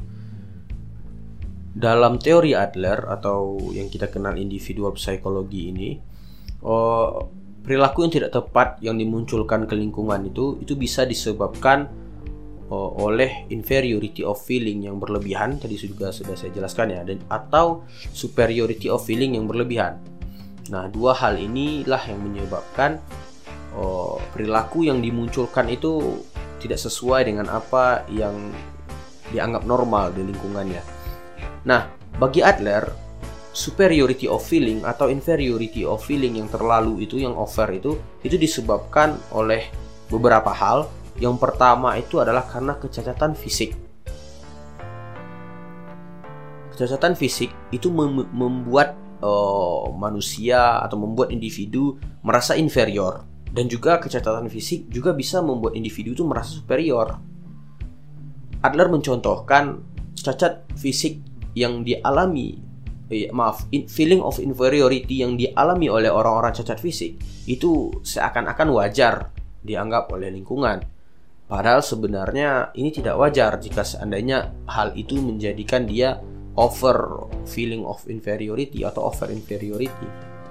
Dalam teori Adler atau yang kita kenal individual psikologi ini, oh, perilaku yang tidak tepat yang dimunculkan ke lingkungan itu itu bisa disebabkan oh, oleh inferiority of feeling yang berlebihan, tadi juga sudah saya jelaskan ya, dan atau superiority of feeling yang berlebihan. Nah, dua hal inilah yang menyebabkan oh, perilaku yang dimunculkan itu tidak sesuai dengan apa yang dianggap normal di lingkungannya. Nah, bagi Adler, superiority of feeling atau inferiority of feeling yang terlalu itu, yang over itu, itu disebabkan oleh beberapa hal. Yang pertama itu adalah karena kecacatan fisik. Kecacatan fisik itu mem- membuat uh, manusia atau membuat individu merasa inferior. Dan juga kecacatan fisik juga bisa membuat individu itu merasa superior. Adler mencontohkan cacat fisik yang dialami, eh, maaf, feeling of inferiority yang dialami oleh orang-orang cacat fisik itu seakan-akan wajar dianggap oleh lingkungan. Padahal sebenarnya ini tidak wajar jika seandainya hal itu menjadikan dia over feeling of inferiority atau over inferiority.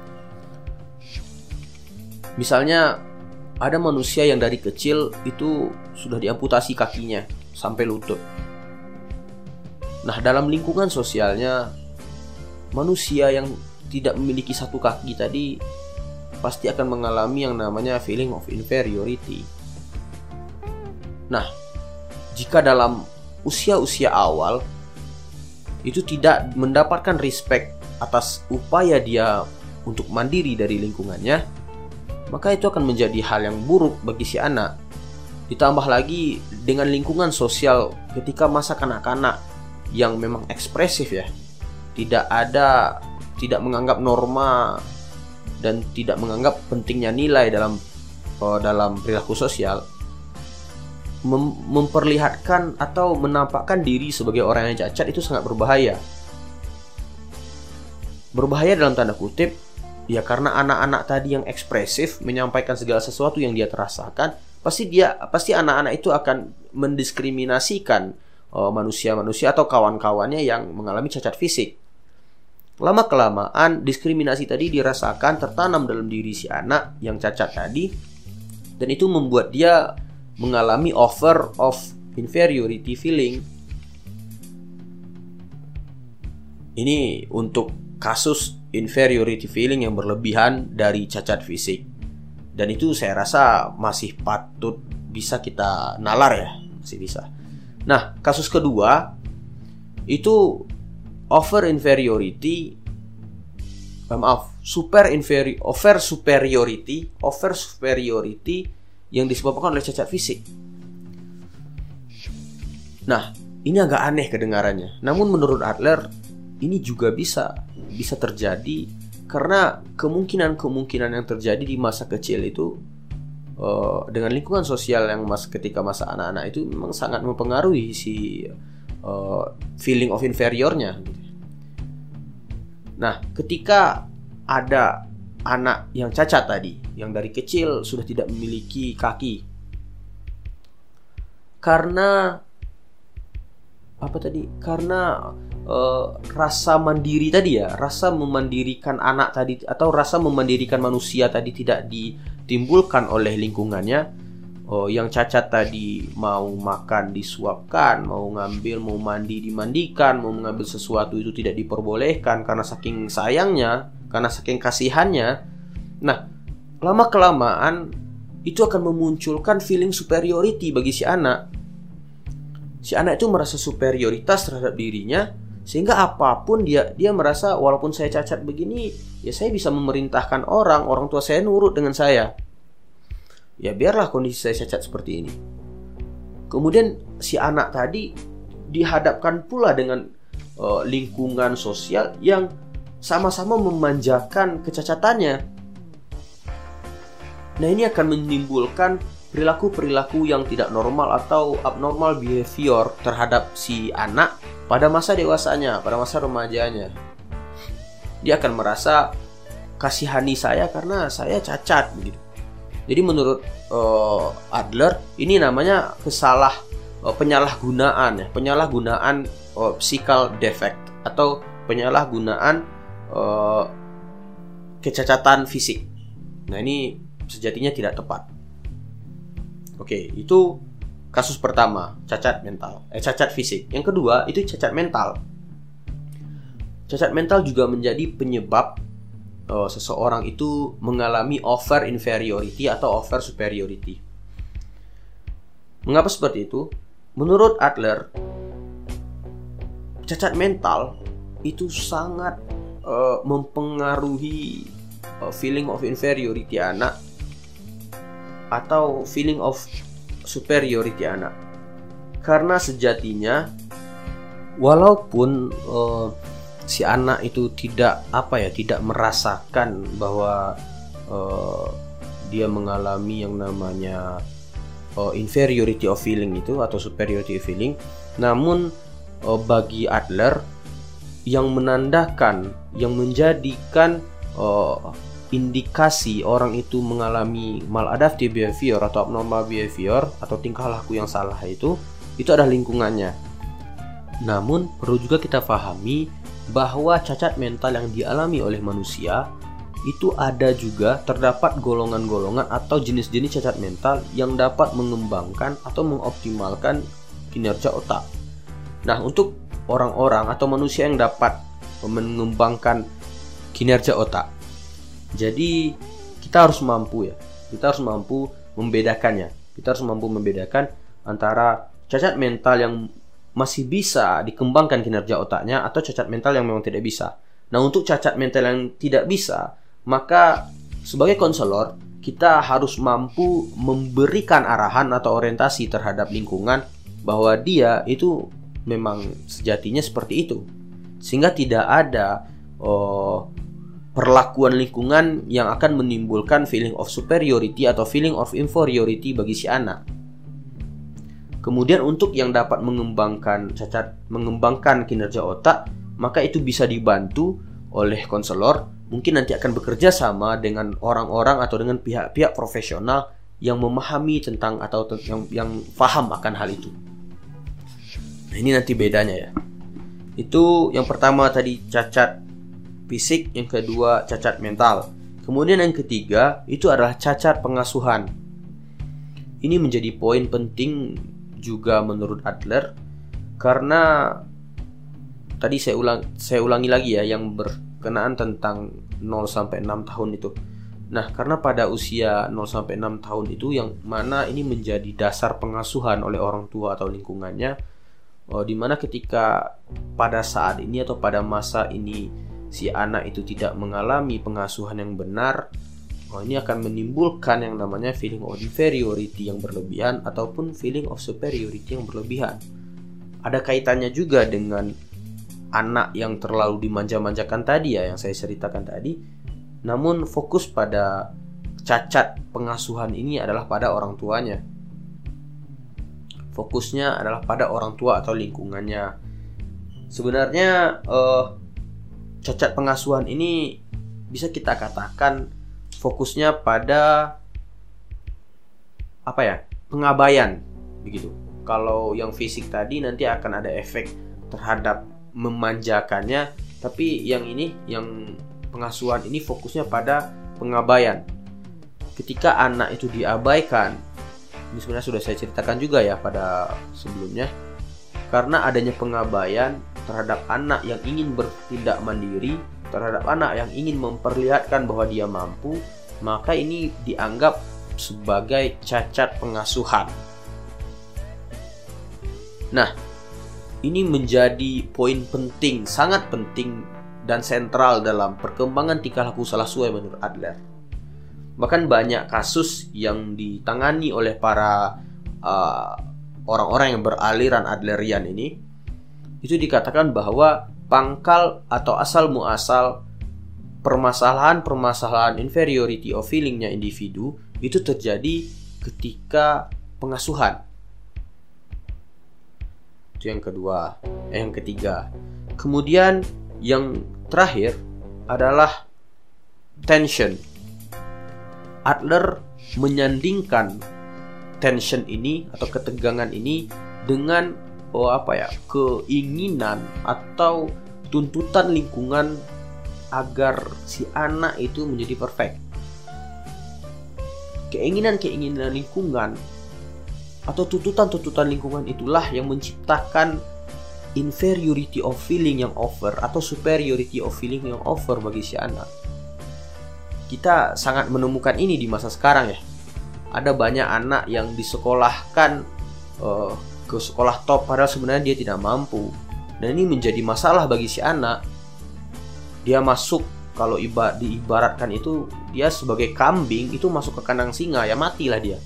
Misalnya ada manusia yang dari kecil itu sudah diamputasi kakinya sampai lutut. Nah, dalam lingkungan sosialnya, manusia yang tidak memiliki satu kaki tadi pasti akan mengalami yang namanya feeling of inferiority. Nah, jika dalam usia-usia awal itu tidak mendapatkan respect atas upaya dia untuk mandiri dari lingkungannya, maka itu akan menjadi hal yang buruk bagi si anak. Ditambah lagi dengan lingkungan sosial ketika masa kanak-kanak yang memang ekspresif ya, tidak ada, tidak menganggap norma dan tidak menganggap pentingnya nilai dalam uh, dalam perilaku sosial, mem- memperlihatkan atau menampakkan diri sebagai orang yang cacat itu sangat berbahaya. Berbahaya dalam tanda kutip ya, karena anak-anak tadi yang ekspresif menyampaikan segala sesuatu yang dia terasakan, pasti dia pasti anak-anak itu akan mendiskriminasikan manusia-manusia atau kawan-kawannya yang mengalami cacat fisik. Lama-kelamaan diskriminasi tadi dirasakan tertanam dalam diri si anak yang cacat tadi, dan itu membuat dia mengalami over of inferiority feeling. Ini untuk kasus inferiority feeling yang berlebihan dari cacat fisik, dan itu saya rasa masih patut bisa kita nalar ya, masih bisa. Nah, kasus kedua itu over inferiority, maaf, super inferi, over superiority, over superiority yang disebabkan oleh cacat fisik. Nah, ini agak aneh kedengarannya. Namun menurut Adler, ini juga bisa bisa terjadi karena kemungkinan-kemungkinan yang terjadi di masa kecil itu Uh, dengan lingkungan sosial yang mas ketika masa anak-anak itu memang sangat mempengaruhi si uh, feeling of inferiornya. Nah, ketika ada anak yang cacat tadi, yang dari kecil sudah tidak memiliki kaki, karena apa tadi? Karena uh, rasa mandiri tadi ya, rasa memandirikan anak tadi atau rasa memandirikan manusia tadi tidak ditimbulkan oleh lingkungannya, oh, yang cacat tadi mau makan disuapkan, mau ngambil, mau mandi dimandikan, mau mengambil sesuatu itu tidak diperbolehkan karena saking sayangnya, karena saking kasihannya. Nah, lama-kelamaan itu akan memunculkan feeling superiority bagi si anak. Si anak itu merasa superioritas terhadap dirinya, sehingga apapun dia dia merasa, walaupun saya cacat begini, ya saya bisa memerintahkan orang, orang tua saya nurut dengan saya. Ya biarlah kondisi saya cacat seperti ini. Kemudian si anak tadi dihadapkan pula dengan uh, lingkungan sosial yang sama-sama memanjakan kecacatannya. Nah, ini akan menimbulkan perilaku-perilaku yang tidak normal atau abnormal behavior terhadap si anak pada masa dewasanya, pada masa remajanya. Dia akan merasa, kasihani saya karena saya cacat begitu. Jadi menurut uh, Adler, ini namanya kesalah uh, penyalahgunaan ya, penyalahgunaan uh, physical defect atau penyalahgunaan uh, kecacatan fisik. Nah, ini sejatinya tidak tepat. Oke, itu kasus pertama, cacat mental, eh cacat fisik. Yang kedua, itu cacat mental. Cacat mental juga menjadi penyebab uh, seseorang itu mengalami over inferiority atau over superiority. Mengapa seperti itu? Menurut Adler, cacat mental itu sangat uh, mempengaruhi uh, feeling of inferiority anak atau feeling of superiority anak. Karena sejatinya walaupun uh, si anak itu tidak apa ya, tidak merasakan bahwa uh, dia mengalami yang namanya uh, inferiority of feeling itu atau superiority of feeling, namun uh, bagi Adler yang menandakan, yang menjadikan uh, indikasi orang itu mengalami maladaptive behavior atau abnormal behavior atau tingkah laku yang salah itu itu adalah lingkungannya. Namun perlu juga kita pahami bahwa cacat mental yang dialami oleh manusia itu ada juga, terdapat golongan-golongan atau jenis-jenis cacat mental yang dapat mengembangkan atau mengoptimalkan kinerja otak. Nah, untuk orang-orang atau manusia yang dapat mengembangkan kinerja otak, jadi kita harus mampu ya, kita harus mampu membedakannya. Kita harus mampu membedakan antara cacat mental yang masih bisa dikembangkan kinerja otaknya atau cacat mental yang memang tidak bisa. Nah, untuk cacat mental yang tidak bisa, maka sebagai konselor kita harus mampu memberikan arahan atau orientasi terhadap lingkungan bahwa dia itu memang sejatinya seperti itu, sehingga tidak ada oh, perlakuan lingkungan yang akan menimbulkan feeling of superiority atau feeling of inferiority bagi si anak. Kemudian untuk yang dapat mengembangkan cacat, mengembangkan kinerja otak, maka itu bisa dibantu oleh konselor. Mungkin nanti akan bekerja sama dengan orang-orang atau dengan pihak-pihak profesional yang memahami tentang atau yang, yang paham akan hal itu. Nah, ini nanti bedanya ya. Itu yang pertama tadi cacat fisik, yang kedua cacat mental. Kemudian yang ketiga itu adalah cacat pengasuhan. Ini menjadi poin penting juga menurut Adler, karena tadi saya ulang saya ulangi lagi ya, yang berkenaan tentang nol sampai enam tahun itu. Nah, karena pada usia nol sampai enam tahun itu yang mana ini menjadi dasar pengasuhan oleh orang tua atau lingkungannya, oh, dimana ketika pada saat ini atau pada masa ini si anak itu tidak mengalami pengasuhan yang benar, oh, ini akan menimbulkan yang namanya feeling of inferiority yang berlebihan ataupun feeling of superiority yang berlebihan. Ada kaitannya juga dengan anak yang terlalu dimanja-manjakan tadi ya, yang saya ceritakan tadi. Namun fokus pada cacat pengasuhan ini adalah pada orang tuanya. Fokusnya adalah pada orang tua atau lingkungannya. Sebenarnya eh, cacat pengasuhan ini bisa kita katakan fokusnya pada apa ya, pengabaian begitu. Kalau yang fisik tadi nanti akan ada efek terhadap memanjakannya, tapi yang ini, yang pengasuhan ini fokusnya pada pengabaian. Ketika anak itu diabaikan, Ini sebenarnya sudah saya ceritakan juga ya pada sebelumnya. Karena adanya pengabaian terhadap anak yang ingin bertindak mandiri, terhadap anak yang ingin memperlihatkan bahwa dia mampu, maka ini dianggap sebagai cacat pengasuhan. Nah, ini menjadi poin penting, sangat penting dan sentral dalam perkembangan tingkah laku salah suai menurut Adler. Bahkan banyak kasus yang ditangani oleh para uh, orang-orang yang beraliran Adlerian ini, itu dikatakan bahwa pangkal atau asal muasal permasalahan-permasalahan inferiority of feeling-nya individu itu terjadi ketika pengasuhan. Itu yang kedua, eh, yang ketiga. Kemudian yang terakhir adalah tension. Adler menyandingkan tension ini atau ketegangan ini dengan oh apa ya, keinginan atau tuntutan lingkungan agar si anak itu menjadi perfect. Keinginan-keinginan lingkungan atau tuntutan-tuntutan lingkungan itulah yang menciptakan inferiority of feeling yang over atau superiority of feeling yang over bagi si anak. Kita sangat menemukan ini di masa sekarang ya. Ada banyak anak yang disekolahkan uh, ke sekolah top padahal sebenarnya dia tidak mampu. Dan ini menjadi masalah bagi si anak. Dia masuk, kalau iba, diibaratkan itu dia sebagai kambing itu masuk ke kandang singa, ya matilah dia.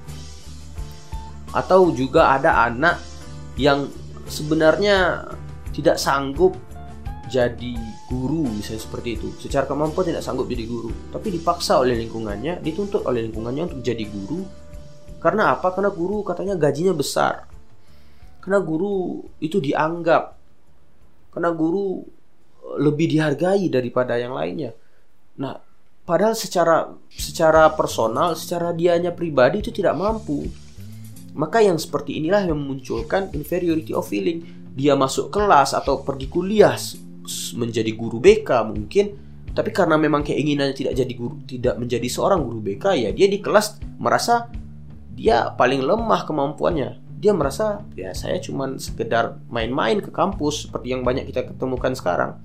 Atau juga ada anak yang sebenarnya tidak sanggup jadi guru, misalnya seperti itu. Secara kemampuan tidak sanggup jadi guru, tapi dipaksa oleh lingkungannya, dituntut oleh lingkungannya untuk jadi guru. Karena apa? Karena guru katanya gajinya besar. Karena guru itu dianggap. Karena guru lebih dihargai daripada yang lainnya. Nah, padahal secara secara personal, secara dianya pribadi itu tidak mampu. Maka yang seperti inilah yang memunculkan inferiority of feeling. Dia masuk kelas atau pergi kuliah menjadi guru B K mungkin, tapi karena memang keinginannya tidak jadi guru, tidak menjadi seorang guru B K, ya dia di kelas merasa dia paling lemah kemampuannya. Dia merasa ya saya cuma sekedar main-main ke kampus seperti yang banyak kita ketemukan sekarang.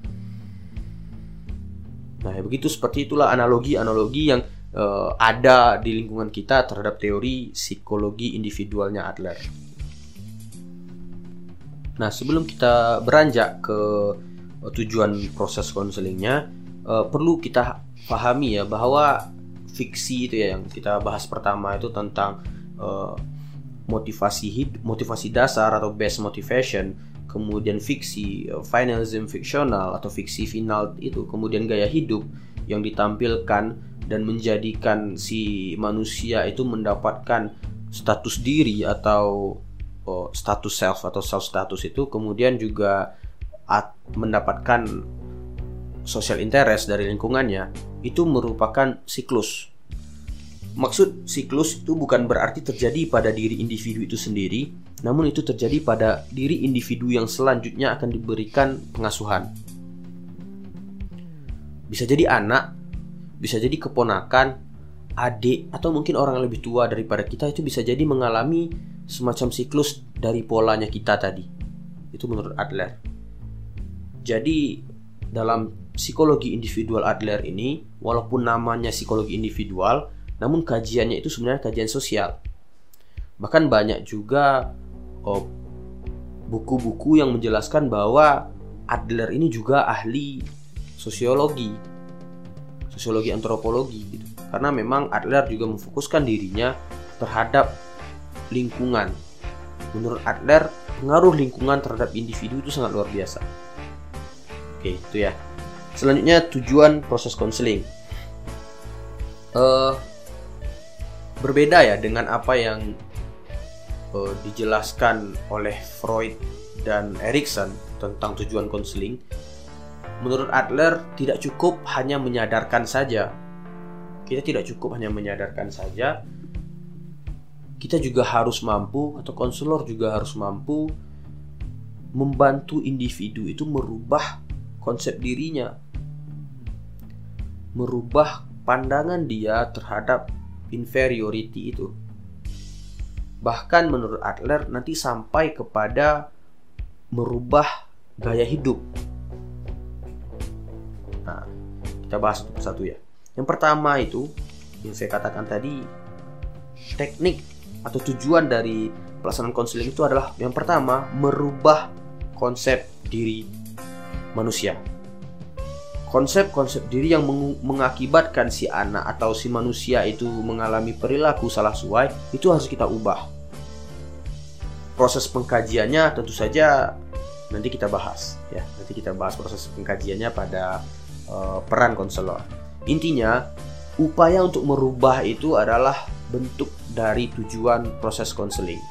Nah, ya begitu, seperti itulah analogi-analogi yang uh, ada di lingkungan kita terhadap teori psikologi individualnya Adler. Nah, sebelum kita beranjak ke uh, tujuan proses konselingnya, uh, perlu kita pahami ya bahwa fiksi itu ya yang kita bahas pertama itu tentang uh, motivasi hid- motivasi dasar atau base motivation, kemudian fiksi uh, finalism fiksional atau fiksi final itu, kemudian gaya hidup yang ditampilkan dan menjadikan si manusia itu mendapatkan status diri atau oh, status self atau self status itu, kemudian juga at, mendapatkan social interest dari lingkungannya. Itu merupakan siklus. Maksud siklus itu bukan berarti terjadi pada diri individu itu sendiri, namun itu terjadi pada diri individu yang selanjutnya akan diberikan pengasuhan. Bisa jadi anak, bisa jadi keponakan, adik, atau mungkin orang yang lebih tua daripada kita, itu bisa jadi mengalami semacam siklus dari polanya kita tadi. Itu menurut Adler. Jadi dalam psikologi individual Adler ini, walaupun namanya psikologi individual, namun kajiannya itu sebenarnya kajian sosial. Bahkan banyak juga oh, buku-buku yang menjelaskan bahwa Adler ini juga ahli sosiologi, sosiologi antropologi gitu. Karena memang Adler juga memfokuskan dirinya terhadap lingkungan. Menurut Adler, pengaruh lingkungan terhadap individu itu sangat luar biasa. Oke, itu ya. Selanjutnya tujuan proses konseling. Uh, berbeda ya dengan apa yang uh, dijelaskan oleh Freud dan Erikson tentang tujuan konseling. Menurut Adler, tidak cukup hanya menyadarkan saja. Kita tidak cukup hanya menyadarkan saja. Kita juga harus mampu, atau konselor juga harus mampu membantu individu itu merubah konsep dirinya, merubah pandangan dia terhadap inferiority itu. bahkan menurut Adler nanti sampai kepada merubah gaya hidup. Nah, kita bahas satu persatu ya. Yang pertama itu, yang saya katakan tadi, teknik atau tujuan dari pelaksanaan konseling itu adalah yang pertama, merubah konsep diri manusia. Konsep-konsep diri yang meng- mengakibatkan si anak atau si manusia itu mengalami perilaku salah suai, itu harus kita ubah. Proses pengkajiannya tentu saja nanti kita bahas ya. Nanti kita bahas proses pengkajiannya pada uh, peran konselor. Intinya, upaya untuk merubah itu adalah bentuk dari tujuan proses konseling.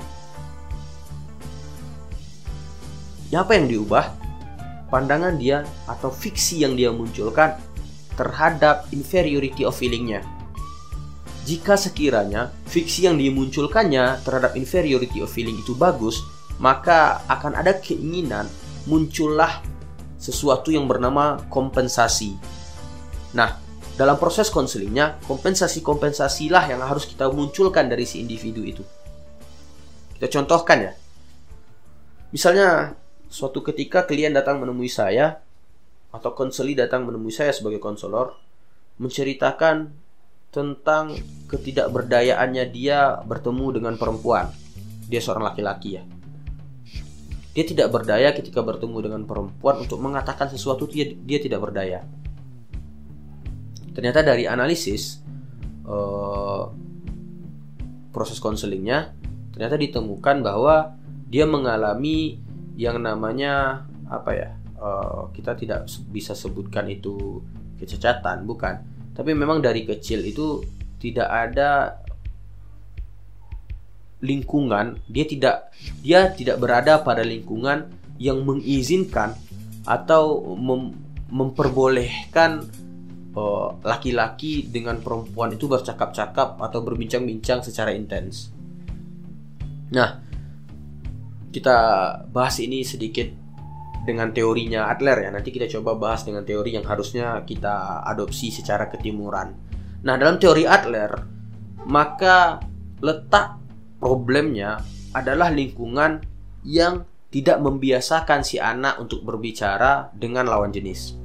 Apa yang diubah? Pandangan dia atau fiksi yang dia munculkan terhadap inferiority of feeling-nya. Jika sekiranya fiksi yang dimunculkannya terhadap inferiority of feeling itu bagus, maka akan ada keinginan muncullah sesuatu yang bernama kompensasi. Nah, dalam proses konselingnya, kompensasi-kompensasilah yang harus kita munculkan dari si individu itu. Kita contohkan ya. Misalnya, suatu ketika klien datang menemui saya, atau konseli datang menemui saya sebagai konselor, menceritakan tentang ketidakberdayaannya dia bertemu dengan perempuan. Dia seorang laki-laki ya. Dia tidak berdaya ketika bertemu dengan perempuan untuk mengatakan sesuatu, dia, dia tidak berdaya. Ternyata dari analisis uh, proses konselingnya, ternyata ditemukan bahwa dia mengalami yang namanya apa ya? Uh, kita tidak bisa sebutkan itu kecacatan, bukan. Tapi memang dari kecil itu tidak ada lingkungan, dia tidak dia tidak berada pada lingkungan yang mengizinkan atau mem, memperbolehkan uh, laki-laki dengan perempuan itu bercakap-cakap atau berbincang-bincang secara intens. Nah, kita bahas ini sedikit dengan teorinya Adler ya. Nanti kita coba bahas dengan teori yang harusnya kita adopsi secara ketimuran. Nah, dalam teori Adler, maka letak problemnya adalah lingkungan yang tidak membiasakan si anak untuk berbicara dengan lawan jenis.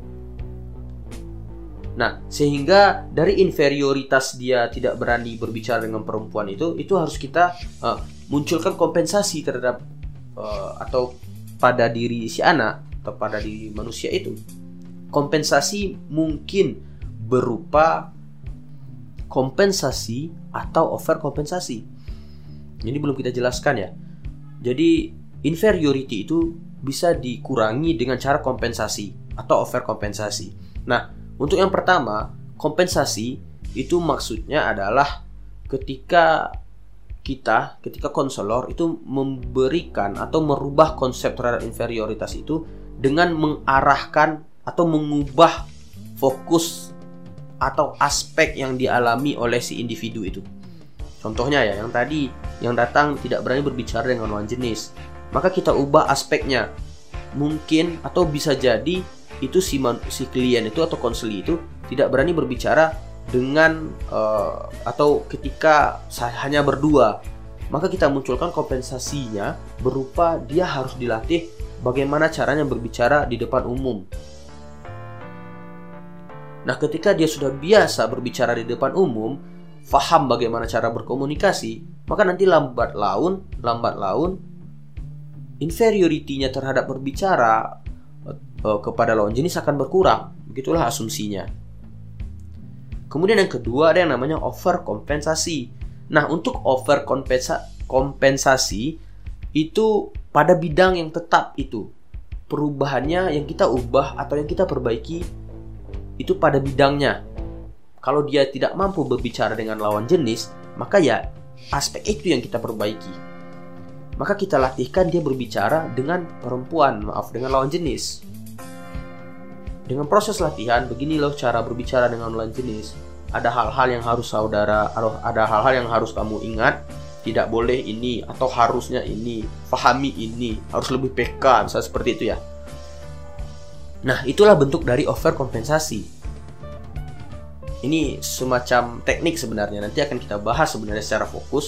Nah, sehingga dari inferioritas dia tidak berani berbicara dengan perempuan itu, itu harus kita uh, munculkan kompensasi terhadap uh, atau pada diri si anak atau pada diri manusia itu. Kompensasi mungkin berupa kompensasi atau over kompensasi. Ini belum kita jelaskan ya. Jadi inferiority itu bisa dikurangi dengan cara kompensasi atau over kompensasi. Nah, untuk yang pertama, kompensasi itu maksudnya adalah ketika kita, ketika konselor itu memberikan atau merubah konsep terhadap inferioritas itu dengan mengarahkan atau mengubah fokus atau aspek yang dialami oleh si individu itu. Contohnya ya, yang tadi yang datang tidak berani berbicara dengan lawan jenis, maka kita ubah aspeknya. Mungkin atau bisa jadi itu si, man, si klien itu atau konseli itu tidak berani berbicara dengan uh, atau ketika hanya berdua, maka kita munculkan kompensasinya berupa dia harus dilatih bagaimana caranya berbicara di depan umum. Nah, ketika dia sudah biasa berbicara di depan umum, faham bagaimana cara berkomunikasi, maka nanti lambat laun, lambat laun inferiority-nya terhadap berbicara uh, kepada lawan jenis akan berkurang. Begitulah asumsinya. Kemudian yang kedua ada yang namanya overkompensasi. Nah, untuk overkompensasi itu pada bidang yang tetap itu. Perubahannya yang kita ubah atau yang kita perbaiki itu pada bidangnya. Kalau dia tidak mampu berbicara dengan lawan jenis, maka ya aspek itu yang kita perbaiki. Maka kita latihkan dia berbicara dengan perempuan, maaf, dengan lawan jenis. Dengan proses latihan, begini loh cara berbicara dengan lawan jenis. Ada hal-hal yang harus saudara, ada hal-hal yang harus kamu ingat. Tidak boleh ini, atau harusnya ini, pahami ini, harus lebih peka, misalnya seperti itu ya. Nah, itulah bentuk dari overkompensasi. Ini semacam teknik sebenarnya. Nanti akan kita bahas sebenarnya secara fokus.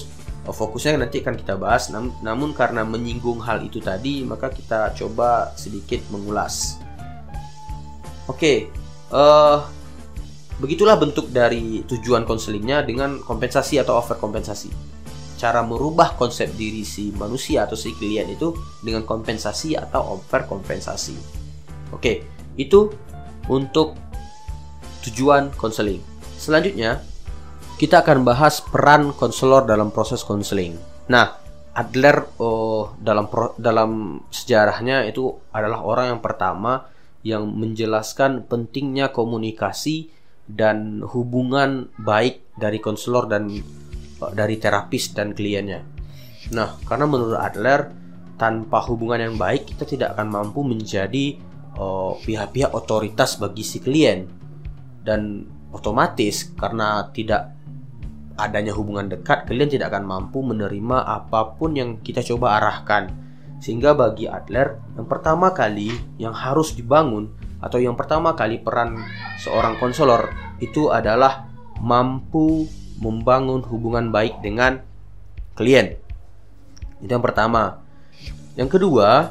fokusnya nanti akan kita bahas. Nam- namun karena menyinggung hal itu tadi, maka kita coba sedikit mengulas. Oke, uh, begitulah bentuk dari tujuan konselingnya dengan kompensasi atau overkompensasi. Cara merubah konsep diri si manusia atau si klien itu dengan kompensasi atau overkompensasi. Oke, itu untuk tujuan konseling. Selanjutnya, kita akan bahas peran konselor dalam proses konseling. Nah, Adler oh, dalam pro, dalam sejarahnya itu adalah orang yang pertama yang menjelaskan pentingnya komunikasi dan hubungan baik dari konselor dan uh, dari terapis dan kliennya. Nah, karena menurut Adler, tanpa hubungan yang baik kita tidak akan mampu menjadi uh, pihak-pihak otoritas bagi si klien. Dan otomatis karena tidak adanya hubungan dekat, klien tidak akan mampu menerima apapun yang kita coba arahkan. Sehingga bagi Adler, yang pertama kali yang harus dibangun atau yang pertama kali peran seorang konselor itu adalah mampu membangun hubungan baik dengan klien. Itu yang pertama. Yang kedua,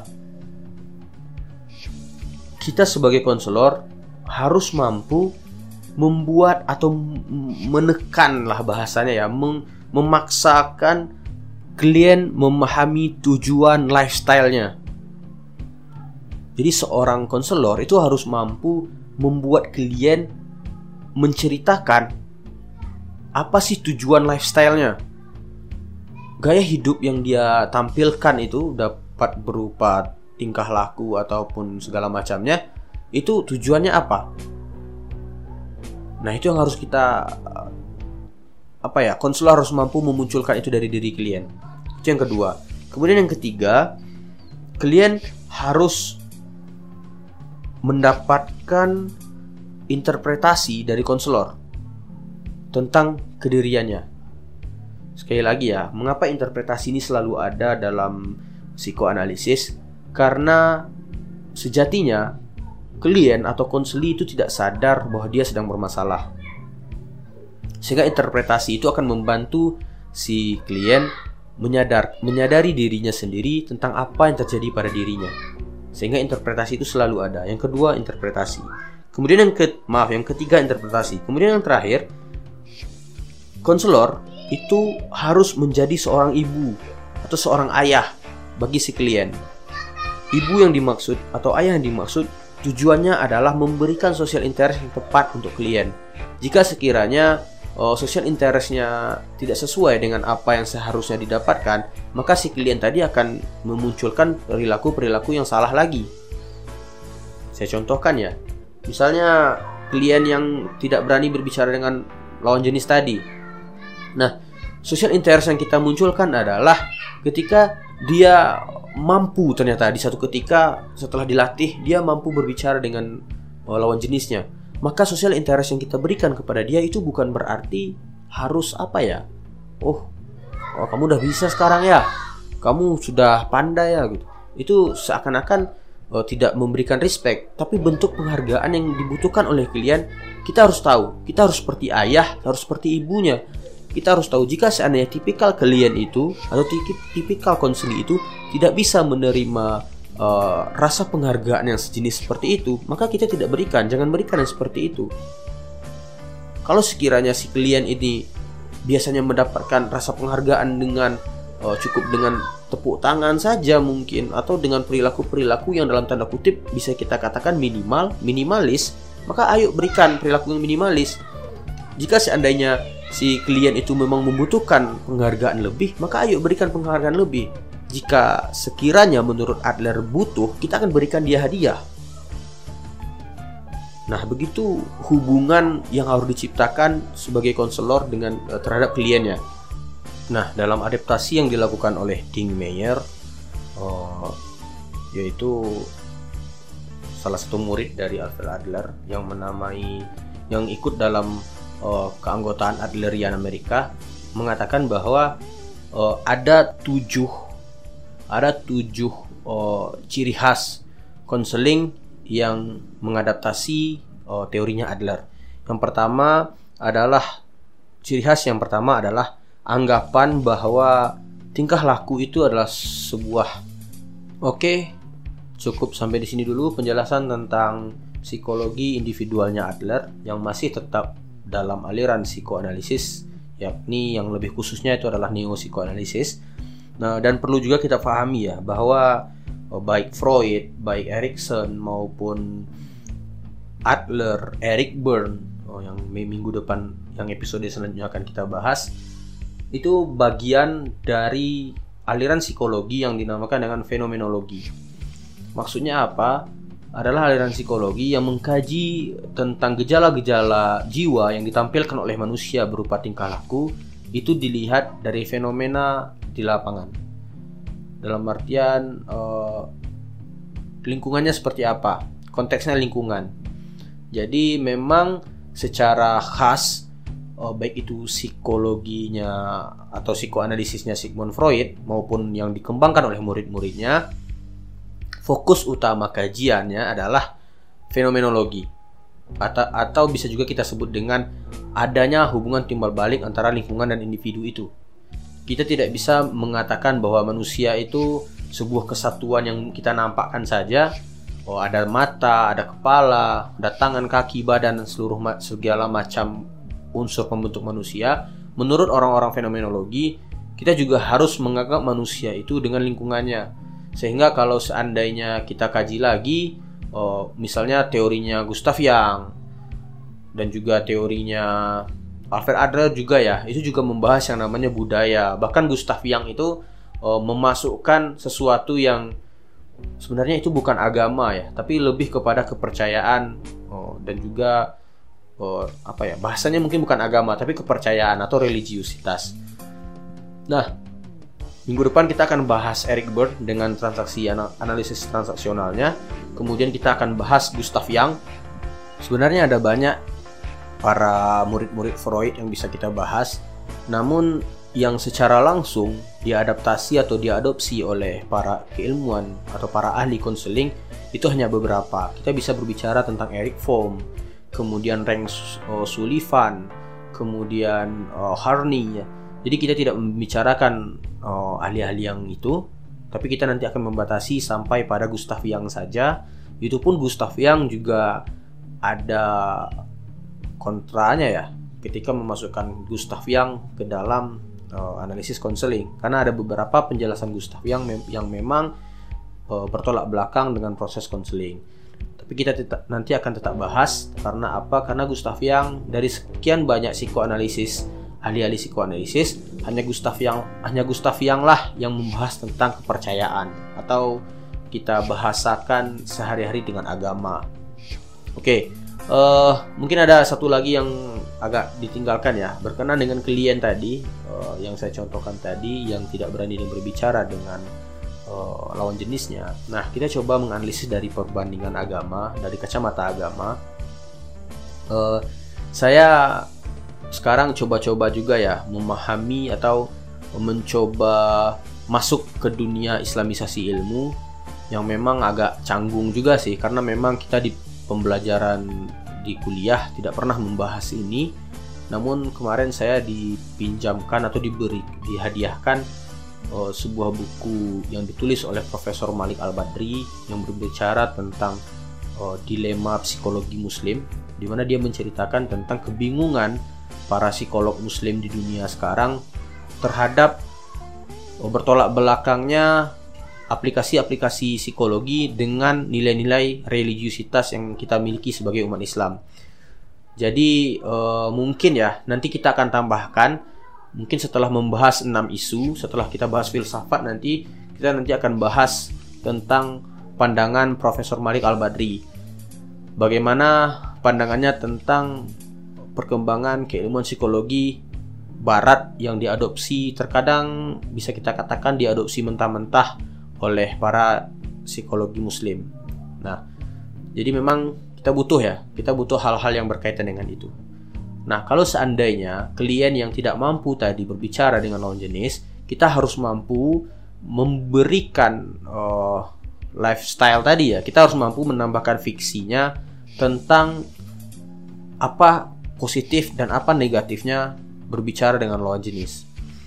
kita sebagai konselor harus mampu membuat atau menekan lah bahasanya ya, mem- memaksakan klien memahami tujuan lifestyle-nya. Jadi seorang konselor itu harus mampu membuat klien menceritakan apa sih tujuan lifestyle-nya. Gaya hidup yang dia tampilkan itu dapat berupa tingkah laku ataupun segala macamnya. Itu tujuannya apa? Nah, itu yang harus kita apa ya, konselor harus mampu memunculkan itu dari diri klien. Itu yang kedua. Kemudian yang ketiga, klien harus mendapatkan interpretasi dari konselor tentang kediriannya. Sekali lagi ya, mengapa interpretasi ini selalu ada dalam psikoanalisis? Karena sejatinya klien atau konseli itu tidak sadar bahwa dia sedang bermasalah. Sehingga interpretasi itu akan membantu si klien menyadar, menyadari dirinya sendiri tentang apa yang terjadi pada dirinya. Sehingga interpretasi itu selalu ada. Yang kedua, interpretasi. Kemudian yang ke, maaf, yang ketiga interpretasi. Kemudian yang terakhir, konselor itu harus menjadi seorang ibu atau seorang ayah bagi si klien. Ibu yang dimaksud atau ayah yang dimaksud tujuannya adalah memberikan social interest yang tepat untuk klien. Jika sekiranya oh, social interestnya tidak sesuai dengan apa yang seharusnya didapatkan, maka si klien tadi akan memunculkan perilaku-perilaku yang salah lagi. Saya contohkan ya, misalnya klien yang tidak berani berbicara dengan lawan jenis tadi. Nah, social interest yang kita munculkan adalah ketika dia mampu ternyata di satu ketika setelah dilatih dia mampu berbicara dengan uh, lawan jenisnya, maka social interest yang kita berikan kepada dia itu bukan berarti harus apa ya, oh, oh kamu udah bisa sekarang ya, kamu sudah pandai ya gitu. Itu seakan-akan uh, tidak memberikan respect, tapi bentuk penghargaan yang dibutuhkan oleh klien. Kita harus tahu, kita harus seperti ayah, harus seperti ibunya. Kita harus tahu jika seandainya tipikal klien itu atau tipikal konseli itu tidak bisa menerima uh, rasa penghargaan yang sejenis seperti itu, maka kita tidak berikan, jangan berikan yang seperti itu. Kalau sekiranya si klien ini biasanya mendapatkan rasa penghargaan dengan uh, cukup dengan tepuk tangan saja mungkin, atau dengan perilaku-perilaku yang dalam tanda kutip bisa kita katakan minimal, minimalis, maka ayo berikan perilaku yang minimalis. Jika seandainya si klien itu memang membutuhkan penghargaan lebih, maka ayo berikan penghargaan lebih. Jika sekiranya menurut Adler butuh, kita akan berikan dia hadiah. Nah, begitu hubungan yang harus diciptakan sebagai konselor dengan uh, terhadap kliennya. Nah, dalam adaptasi yang dilakukan oleh Ding Meyer, uh, yaitu salah satu murid dari Alfred Adler yang menamai yang ikut dalam uh, keanggotaan Adlerian Amerika, mengatakan bahwa uh, ada tujuh ada tujuh uh, ciri khas konseling yang mengadaptasi uh, teorinya Adler. Yang pertama adalah ciri khas yang pertama adalah anggapan bahwa tingkah laku itu adalah sebuah. Oke, cukup sampai di sini dulu penjelasan tentang psikologi individualnya Adler yang masih tetap dalam aliran psikoanalisis, yakni yang lebih khususnya itu adalah neo-psikoanalisis. Nah, dan perlu juga kita pahami ya bahwa oh, baik Freud, baik Erikson maupun Adler, Eric Berne, oh, yang minggu depan, yang episode selanjutnya akan kita bahas, itu bagian dari aliran psikologi yang dinamakan dengan fenomenologi. Maksudnya apa? Adalah aliran psikologi yang mengkaji tentang gejala-gejala jiwa yang ditampilkan oleh manusia berupa tingkah laku, itu dilihat dari fenomena di lapangan. Dalam artian eh, lingkungannya seperti apa? Konteksnya lingkungan. Jadi memang secara khas, Oh, baik itu psikologinya atau psikoanalisisnya Sigmund Freud maupun yang dikembangkan oleh murid-muridnya, fokus utama kajiannya adalah fenomenologi atau, atau bisa juga kita sebut dengan adanya hubungan timbal balik antara lingkungan dan individu itu. Kita tidak bisa mengatakan bahwa manusia itu sebuah kesatuan yang kita nampakkan saja. Oh, ada mata, ada kepala, ada tangan, kaki, badan, dan seluruh ma- segala macam unsur pembentuk manusia. Menurut orang-orang fenomenologi, kita juga harus menganggap manusia itu dengan lingkungannya. Sehingga kalau seandainya kita kaji lagi, oh, misalnya teorinya Gustav Jung dan juga teorinya Alfred Adler juga ya, itu juga membahas yang namanya budaya. Bahkan Gustav Jung itu oh, memasukkan sesuatu yang sebenarnya itu bukan agama ya, tapi lebih kepada kepercayaan oh, dan juga Oh, apa ya bahasanya mungkin bukan agama tapi kepercayaan atau religiusitas. Nah, minggu depan kita akan bahas Eric Berne dengan transaksi analisis transaksionalnya. Kemudian kita akan bahas Gustav Jung. Sebenarnya ada banyak para murid-murid Freud yang bisa kita bahas, namun yang secara langsung diadaptasi atau diadopsi oleh para keilmuan atau para ahli konseling itu hanya beberapa. Kita bisa berbicara tentang Eric Fromm, kemudian Frank uh, Sullivan, kemudian uh, Harney ya. Jadi kita tidak membicarakan uh, ahli-ahli yang itu, tapi kita nanti akan membatasi sampai pada Gustav Jung saja. Itu pun Gustav Jung juga ada kontranya ya, ketika memasukkan Gustav Jung ke dalam uh, analisis konseling, karena ada beberapa penjelasan Gustav Jung mem- yang memang uh, bertolak belakang dengan proses konseling. Tapi kita tetap, nanti akan tetap bahas. Karena apa? Karena Gustav Jung dari sekian banyak psikoanalisis, ahli-ahli psikoanalisis, hanya Gustav Jung, hanya Gustav Jung lah yang membahas tentang kepercayaan atau kita bahasakan sehari-hari dengan agama. Oke, uh, mungkin ada satu lagi yang agak ditinggalkan ya, berkenaan dengan klien tadi uh, yang saya contohkan tadi, yang tidak berani berbicara dengan Uh, lawan jenisnya. Nah, kita coba menganalisis dari perbandingan agama, dari kacamata agama. Uh, saya sekarang coba-coba juga ya memahami atau mencoba masuk ke dunia islamisasi ilmu yang memang agak canggung juga sih, karena memang kita di pembelajaran di kuliah tidak pernah membahas ini. Namun kemarin saya dipinjamkan atau diberi dihadiahkan Uh, sebuah buku yang ditulis oleh Profesor Malik Al-Badri yang berbicara tentang uh, dilema psikologi muslim, di mana dia menceritakan tentang kebingungan para psikolog muslim di dunia sekarang terhadap uh, bertolak belakangnya aplikasi-aplikasi psikologi dengan nilai-nilai religiusitas yang kita miliki sebagai umat Islam. Jadi uh, mungkin ya nanti kita akan tambahkan, mungkin setelah membahas enam isu, setelah kita bahas filsafat, nanti kita nanti akan bahas tentang pandangan Profesor Malik Al-Badri. Bagaimana pandangannya tentang perkembangan keilmuan psikologi barat yang diadopsi, terkadang bisa kita katakan diadopsi mentah-mentah oleh para psikologi muslim. Nah, jadi memang kita butuh ya, kita butuh hal-hal yang berkaitan dengan itu. Nah, kalau seandainya klien yang tidak mampu tadi berbicara dengan lawan jenis, kita harus mampu memberikan uh, lifestyle tadi ya. Kita harus mampu menambahkan fiksinya tentang apa positif dan apa negatifnya berbicara dengan lawan jenis.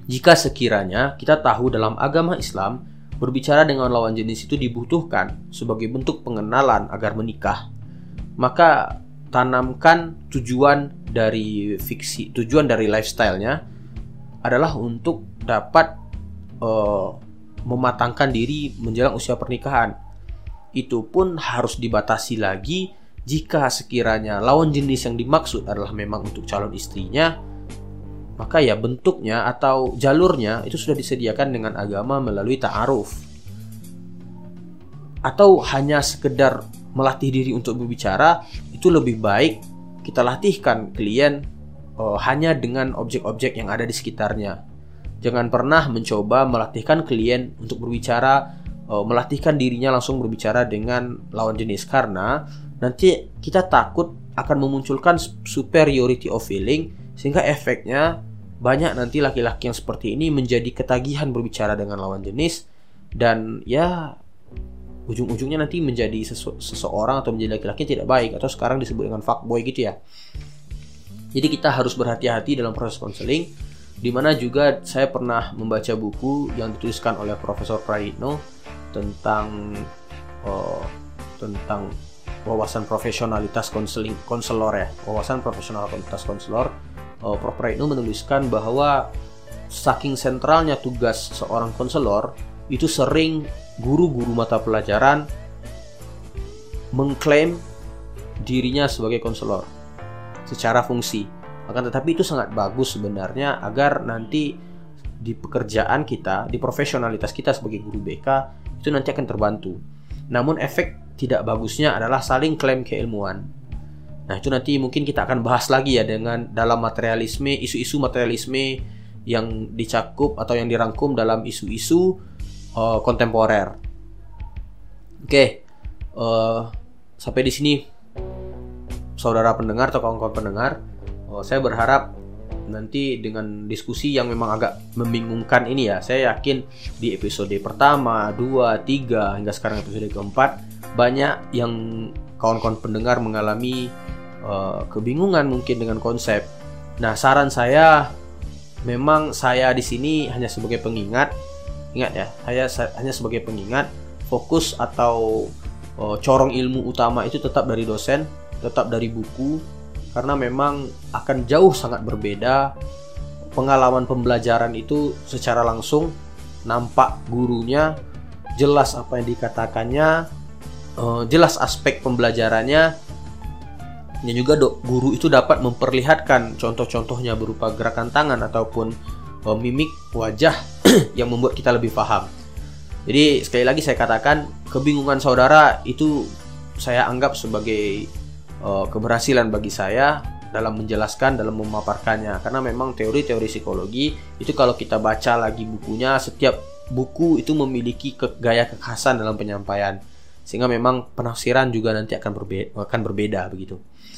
Jika sekiranya kita tahu dalam agama Islam, berbicara dengan lawan jenis itu dibutuhkan sebagai bentuk pengenalan agar menikah, maka tanamkan tujuan dari fiksi, tujuan dari lifestyle-nya adalah untuk dapat uh, mematangkan diri menjelang usia pernikahan. Itu pun harus dibatasi lagi jika sekiranya lawan jenis yang dimaksud adalah memang untuk calon istrinya, maka ya bentuknya atau jalurnya itu sudah disediakan dengan agama melalui ta'aruf. Atau hanya sekedar melatih diri untuk berbicara, itu lebih baik kita latihkan klien uh, hanya dengan objek-objek yang ada di sekitarnya. Jangan pernah mencoba melatihkan klien untuk berbicara, uh, melatihkan dirinya langsung berbicara dengan lawan jenis, karena nanti kita takut akan memunculkan superiority of feeling, sehingga efeknya banyak nanti laki-laki yang seperti ini menjadi ketagihan berbicara dengan lawan jenis, dan ya ujung-ujungnya nanti menjadi sesu- seseorang atau menjadi laki-laki yang tidak baik, atau sekarang disebut dengan fuckboy gitu ya. Jadi kita harus berhati-hati dalam proses konseling, di mana juga saya pernah membaca buku yang dituliskan oleh Profesor Prayitno tentang uh, tentang wawasan profesionalitas konseling konselor ya, wawasan profesionalitas konselor. Uh, Prof Prayitno menuliskan bahwa saking sentralnya tugas seorang konselor, itu sering guru-guru mata pelajaran mengklaim dirinya sebagai konselor secara fungsi. Akan tetapi itu sangat bagus sebenarnya agar nanti di pekerjaan kita, di profesionalitas kita sebagai guru B K itu nanti akan terbantu. Namun efek tidak bagusnya adalah saling klaim keilmuan. Nah, itu nanti mungkin kita akan bahas lagi ya dengan dalam materialisme, isu-isu materialisme yang dicakup atau yang dirangkum dalam isu-isu Uh, kontemporer. Oke, okay. uh, sampai di sini, saudara pendengar atau kawan-kawan pendengar, uh, saya berharap nanti dengan diskusi yang memang agak membingungkan ini ya, saya yakin di episode pertama, dua, tiga hingga sekarang episode keempat banyak yang kawan-kawan pendengar mengalami uh, kebingungan mungkin dengan konsep. Nah, saran saya memang saya di sini hanya sebagai pengingat. Ingat ya, saya hanya sebagai pengingat, fokus atau uh, corong ilmu utama itu tetap dari dosen, tetap dari buku, karena memang akan jauh sangat berbeda. Pengalaman pembelajaran itu secara langsung nampak gurunya, jelas apa yang dikatakannya, uh, jelas aspek pembelajarannya, dan juga do, guru itu dapat memperlihatkan contoh-contohnya berupa gerakan tangan ataupun uh, mimik wajah yang membuat kita lebih paham. Jadi sekali lagi saya katakan, kebingungan saudara itu saya anggap sebagai uh, keberhasilan bagi saya dalam menjelaskan, dalam memaparkannya. Karena memang teori-teori psikologi itu kalau kita baca lagi bukunya, setiap buku itu memiliki ke- gaya kekhasan dalam penyampaian, sehingga memang penafsiran juga nanti akan berbeda, akan berbeda begitu.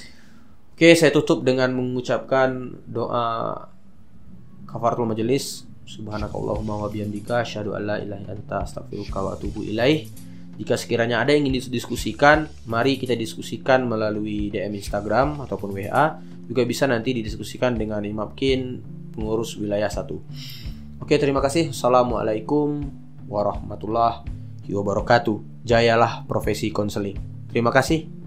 Oke, saya tutup dengan mengucapkan doa kafaratul majelis. Subhanakallahumma wa bihamdika asyhadu an la ilaha illa anta astaghfiruka wa atubu ilaih. Jika sekiranya ada yang ingin didiskusikan, mari kita diskusikan melalui D M Instagram ataupun W A. Juga bisa nanti didiskusikan dengan Imapkin, pengurus wilayah satu. Oke, terima kasih. Assalamualaikum warahmatullahi wabarakatuh. Jayalah profesi konseling. Terima kasih.